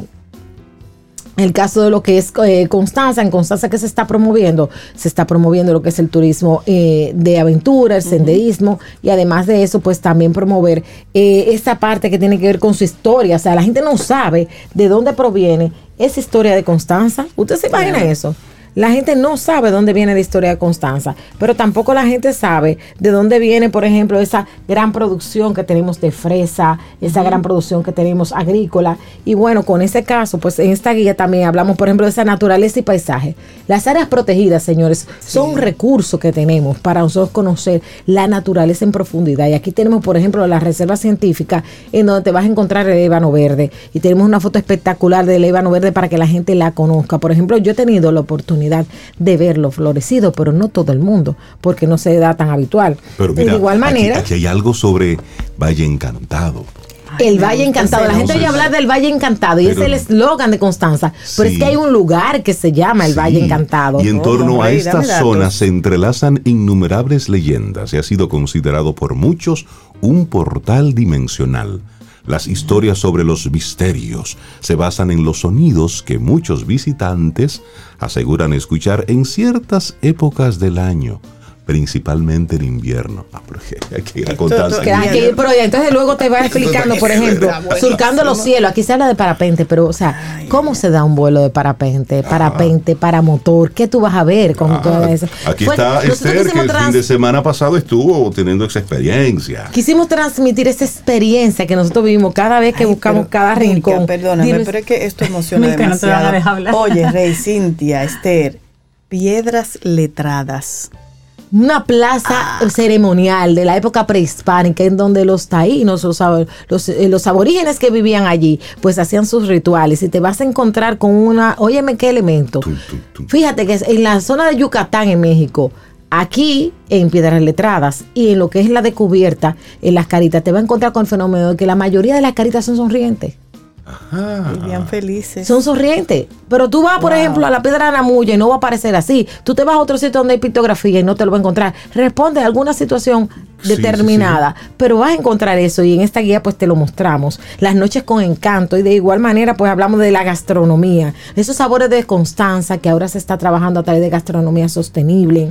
de lo que es Constanza. En Constanza, ¿qué se está promoviendo? Se está promoviendo lo que es el turismo de aventura, el senderismo, y además de eso, pues también promover esa parte que tiene que ver con su historia. O sea, la gente no sabe de dónde proviene esa historia de Constanza. ¿Usted se imagina eso? La gente no sabe dónde viene la historia de Constanza, pero tampoco la gente sabe de dónde viene, por ejemplo, esa gran producción que tenemos de fresa, esa gran producción que tenemos agrícola. Y bueno, con ese caso, pues en esta guía también hablamos, por ejemplo, de esa naturaleza y paisaje. Las áreas protegidas, señores, son un recurso que tenemos para nosotros conocer la naturaleza en profundidad. Y aquí tenemos, por ejemplo, la reserva científica, en donde te vas a encontrar el ébano verde. Y tenemos una foto espectacular del ébano verde para que la gente la conozca. Por ejemplo, yo he tenido la oportunidad de verlo florecido, pero no todo el mundo, porque no se da tan habitual. Pero mira, de igual manera, aquí hay algo sobre Valle Encantado. El Valle Encantado. La gente oye hablar del Valle Encantado y es el eslogan de Constanza, pero es que hay un lugar que se llama el Valle Encantado. Y en torno a esta zona se entrelazan innumerables leyendas y ha sido considerado por muchos un portal dimensional. Las historias sobre los misterios se basan en los sonidos que muchos visitantes aseguran escuchar en ciertas épocas del año, principalmente en invierno. Hay que ir a Constanza. Entonces luego te va explicando, por ejemplo, surcando los cielos. Aquí se habla de parapente, pero, o sea, ¿cómo se da un vuelo de parapente? Parapente, paramotor. ¿Qué tú vas a ver con todo eso? Aquí está Esther, que el fin de semana pasado estuvo teniendo esa experiencia. Quisimos transmitir esa experiencia que nosotros vivimos cada vez que buscamos cada rincón. Perdóname, pero es que esto emociona demasiado. Oye, Rey, Cintia, Esther, piedras letradas. una plaza ceremonial de la época prehispánica en donde los taínos, los aborígenes que vivían allí, pues hacían sus rituales y te vas a encontrar con óyeme qué elemento. Fíjate que en la zona de Yucatán, en México, aquí en Piedras Letradas y en lo que es la descubierta, en las caritas, te vas a encontrar con el fenómeno de que la mayoría de las caritas son sonrientes. Ajá. Y bien felices. Son sonrientes. Pero tú vas, por ejemplo, a la Piedra de Namuya y no va a parecer así. Tú te vas a otro sitio donde hay pictografía y no te lo vas a encontrar. Responde a alguna situación determinada, pero vas a encontrar eso y en esta guía pues te lo mostramos. Las noches con encanto y de igual manera pues hablamos de la gastronomía. Esos sabores de Constanza que ahora se está trabajando a través de gastronomía sostenible.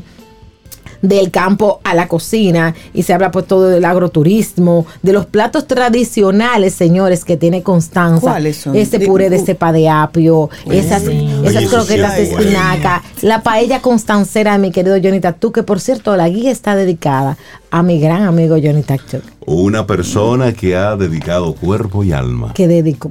Del campo a la cocina y se habla pues todo del agroturismo, de los platos tradicionales, señores, que tiene Constanza. ¿Cuáles son? Ese puré de cepa de apio, esas croquetas de espinaca, la paella constancera de mi querido Johnny Tactu, que por cierto la guía está dedicada a mi gran amigo Johnny Tactu. Una persona que ha dedicado cuerpo y alma. Que dedicó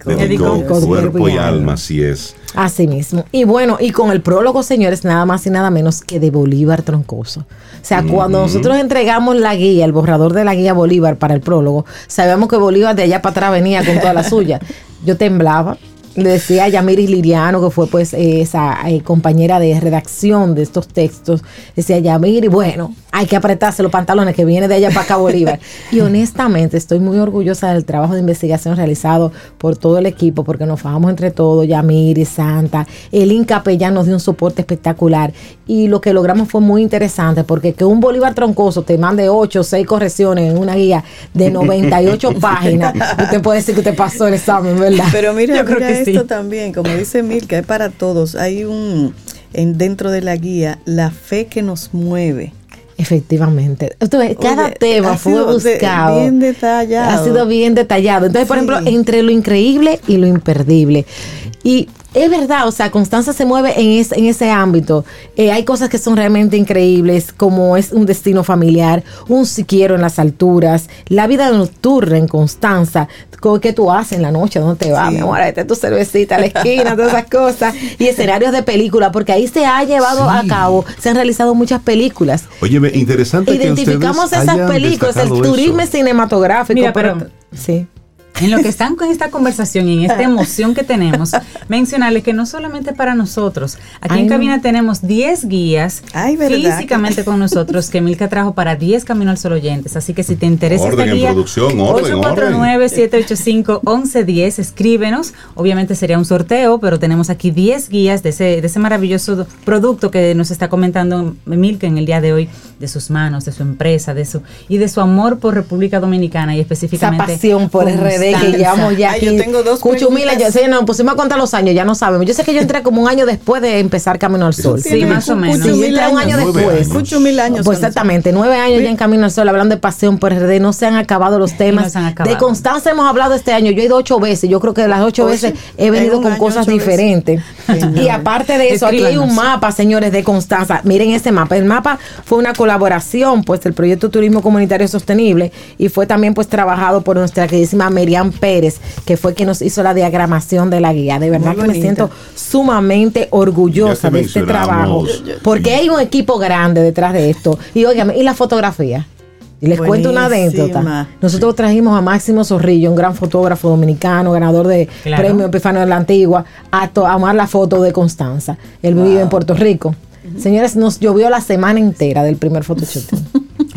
cuerpo y alma, así es. Así mismo. Y bueno, y con el prólogo, señores, nada más y nada menos que de Bolívar Troncoso. O sea, cuando nosotros entregamos la guía, el borrador de la guía Bolívar para el prólogo, sabíamos que Bolívar de allá para atrás venía con toda la suya. Yo temblaba. Le decía a Yamiris Liriano, que fue pues esa compañera de redacción de estos textos, decía Yamiri, bueno, hay que apretarse los pantalones que viene de allá para acá Bolívar. Y honestamente estoy muy orgullosa del trabajo de investigación realizado por todo el equipo, porque nos fajamos entre todos, Yamiri, Santa, el Capellán nos dio un soporte espectacular y lo que logramos fue muy interesante, porque que un Bolívar Troncoso te mande 8 o 6 correcciones en una guía de 98 páginas, usted puede decir que te pasó el examen, ¿verdad? Pero mira, Yo creo que esto sí. también, como dice Milka, es para todos. Hay dentro de la guía, la fe que nos mueve. Efectivamente. Entonces, cada tema fue buscado. Bien detallado. Ha sido bien detallado. Entonces, por ejemplo, entre lo increíble y lo imperdible. Y es verdad, o sea, Constanza se mueve en ese ámbito. Hay cosas que son realmente increíbles, como es un destino familiar, un siquiero en las alturas, la vida nocturna en Constanza, ¿qué tú haces en la noche? ¿Dónde te vas? Mi amor, vete tu cervecita a la esquina, todas esas cosas. Y escenarios de película, porque ahí se ha llevado a cabo, se han realizado muchas películas. Óyeme, interesante identificamos que ustedes esas hayan películas, el destacado turismo eso. cinematográfico. Mira, pero sí. En lo que están con esta conversación y en esta emoción que tenemos, mencionarles que no solamente para nosotros, aquí en cabina tenemos 10 guías físicamente con nosotros que Milka trajo para 10 Camino al Sol oyentes. Así que si te interesa esta guía, 849-785-1110, escríbenos. Obviamente sería un sorteo, pero tenemos aquí 10 guías de ese maravilloso producto que nos está comentando Milka en el día de hoy, de sus manos, de su empresa, de su amor por República Dominicana y específicamente esa pasión por RD que llevamos ya aquí. Yo tengo 2 Cuchumila, nos pusimos a contar los años, ya no sabemos. Yo sé que yo entré como un año después de empezar Camino al Sol. Sí, más o menos. Sí, yo entré un año después. 8.000 años. Pues exactamente, 9 años ya en Camino al Sol, hablando de pasión por RD. No se han acabado los temas. De Constanza hemos hablado este año. Yo he ido 8 veces. Yo creo que de las 8 veces he venido con cosas diferentes. Y aparte de eso, aquí hay un mapa, señores, de Constanza. Miren ese mapa. El mapa fue una colaboración, pues, del proyecto Turismo Comunitario Sostenible y fue también, pues, trabajado por nuestra queridísima Merian Pérez, que fue quien nos hizo la diagramación de la guía. De verdad que me siento sumamente orgullosa de este trabajo, porque hay un equipo grande detrás de esto. Y óigame, y la fotografía. Y les cuento una anécdota. Nosotros trajimos a Máximo Zorrillo, un gran fotógrafo dominicano, ganador de Premio Epifanio de la Antigua, a tomar la foto de Constanza. Él vive en Puerto Rico. Señores, nos llovió la semana entera del primer photoshooting.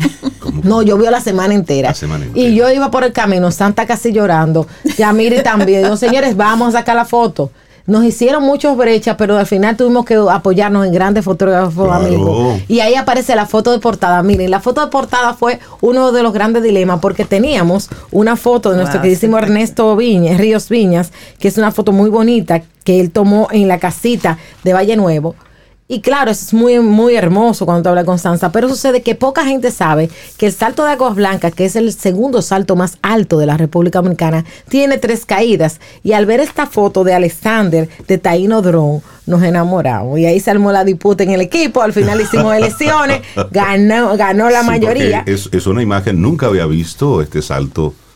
No, llovió la semana entera. Y yo iba por el camino, Santa casi llorando. Yamiri también. Digo, señores, vamos a sacar la foto. Nos hicieron muchas brechas, pero al final tuvimos que apoyarnos en grandes fotógrafos amigos. Y ahí aparece la foto de portada. Miren, la foto de portada fue uno de los grandes dilemas, porque teníamos una foto de nuestro queridísimo Ernesto Ríos Viñas, que es una foto muy bonita que él tomó en la casita de Valle Nuevo. Y claro, eso es muy, muy hermoso cuando te habla de Constanza, pero sucede que poca gente sabe que el Salto de Aguas Blancas, que es el segundo salto más alto de la República Dominicana, tiene 3 caídas. Y al ver esta foto de Alexander, de Taíno Dron, nos enamoramos. Y ahí se armó la disputa en el equipo, al final hicimos elecciones, ganó la mayoría. Es una imagen, nunca había visto este salto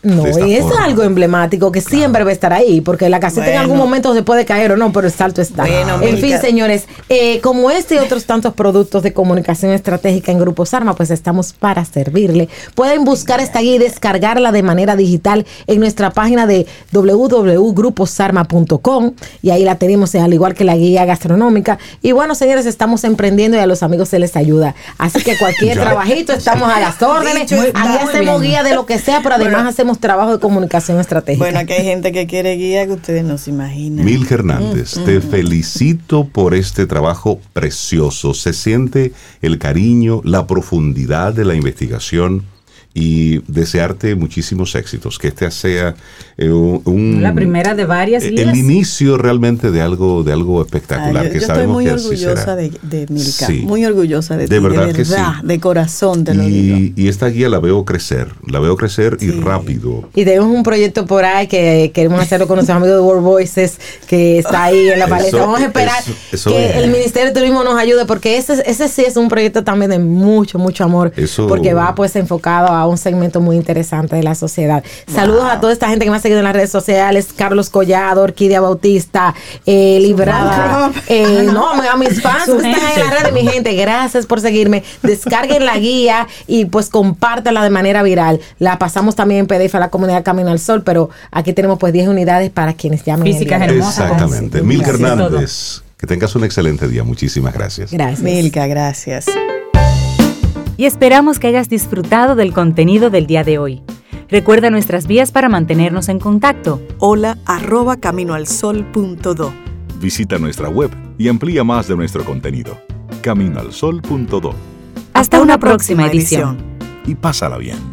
No, de esta y eso es forma. algo emblemático que siempre va a estar ahí, porque la casita en algún momento se puede caer o no, pero el salto está. Bueno, en fin, Milka. señores, como este y otros tantos productos de comunicación estratégica en Grupo Sarma, pues estamos para servirle. Pueden buscar esta guía y descargarla de manera digital en nuestra página de www.gruposarma.com, y ahí la tenemos, al igual que la guía gastronómica. Y bueno, señores, estamos emprendiendo y a los amigos se les ayuda. Así que cualquier Ya. trabajito, estamos a las órdenes. Dicho está. Aquí hacemos Muy bien. guía de lo que sea, pero además hacemos trabajo de comunicación estratégica. Bueno, aquí hay gente que quiere guía que ustedes no se imaginan. Milka Hernández, te felicito por este trabajo precioso. Se siente el cariño, la profundidad de la investigación y desearte muchísimos éxitos. Que este sea La primera de varias guías. el inicio realmente de algo espectacular Yo que estoy sabemos muy que así orgullosa será. de Milka, Sí. muy orgullosa de ti, verdad que sí. de corazón te lo digo. Y esta guía la veo crecer y rápido. Y tenemos un proyecto por ahí que queremos hacerlo con nuestros amigos de World Voices, que está ahí en la palestra. Eso- Vamos a esperar eso que es. el Ministerio de Turismo nos ayude, porque ese sí es un proyecto también de mucho, mucho amor, Eso- porque va pues enfocado a un segmento muy interesante de la sociedad. Saludos a toda esta gente que me ha seguido en las redes sociales: Carlos Collado, Orquídea Bautista, Librada, a mis fans que están ahí en las redes, mi gente, gracias por seguirme. Descarguen la guía y pues compártanla de manera viral. La pasamos también en PDF a la comunidad Camino al Sol, pero aquí tenemos pues 10 unidades para quienes llamen. el Físicas día de hoy. hermosas. Exactamente. Sí, Milka gracias. Hernández, que tengas un excelente día. Muchísimas gracias. Gracias. Milka, gracias. Y esperamos que hayas disfrutado del contenido del día de hoy. Recuerda nuestras vías para mantenernos en contacto. hola@caminoalsol.do. Visita nuestra web y amplía más de nuestro contenido. Caminoalsol.do. Hasta una próxima edición. Y pásala bien.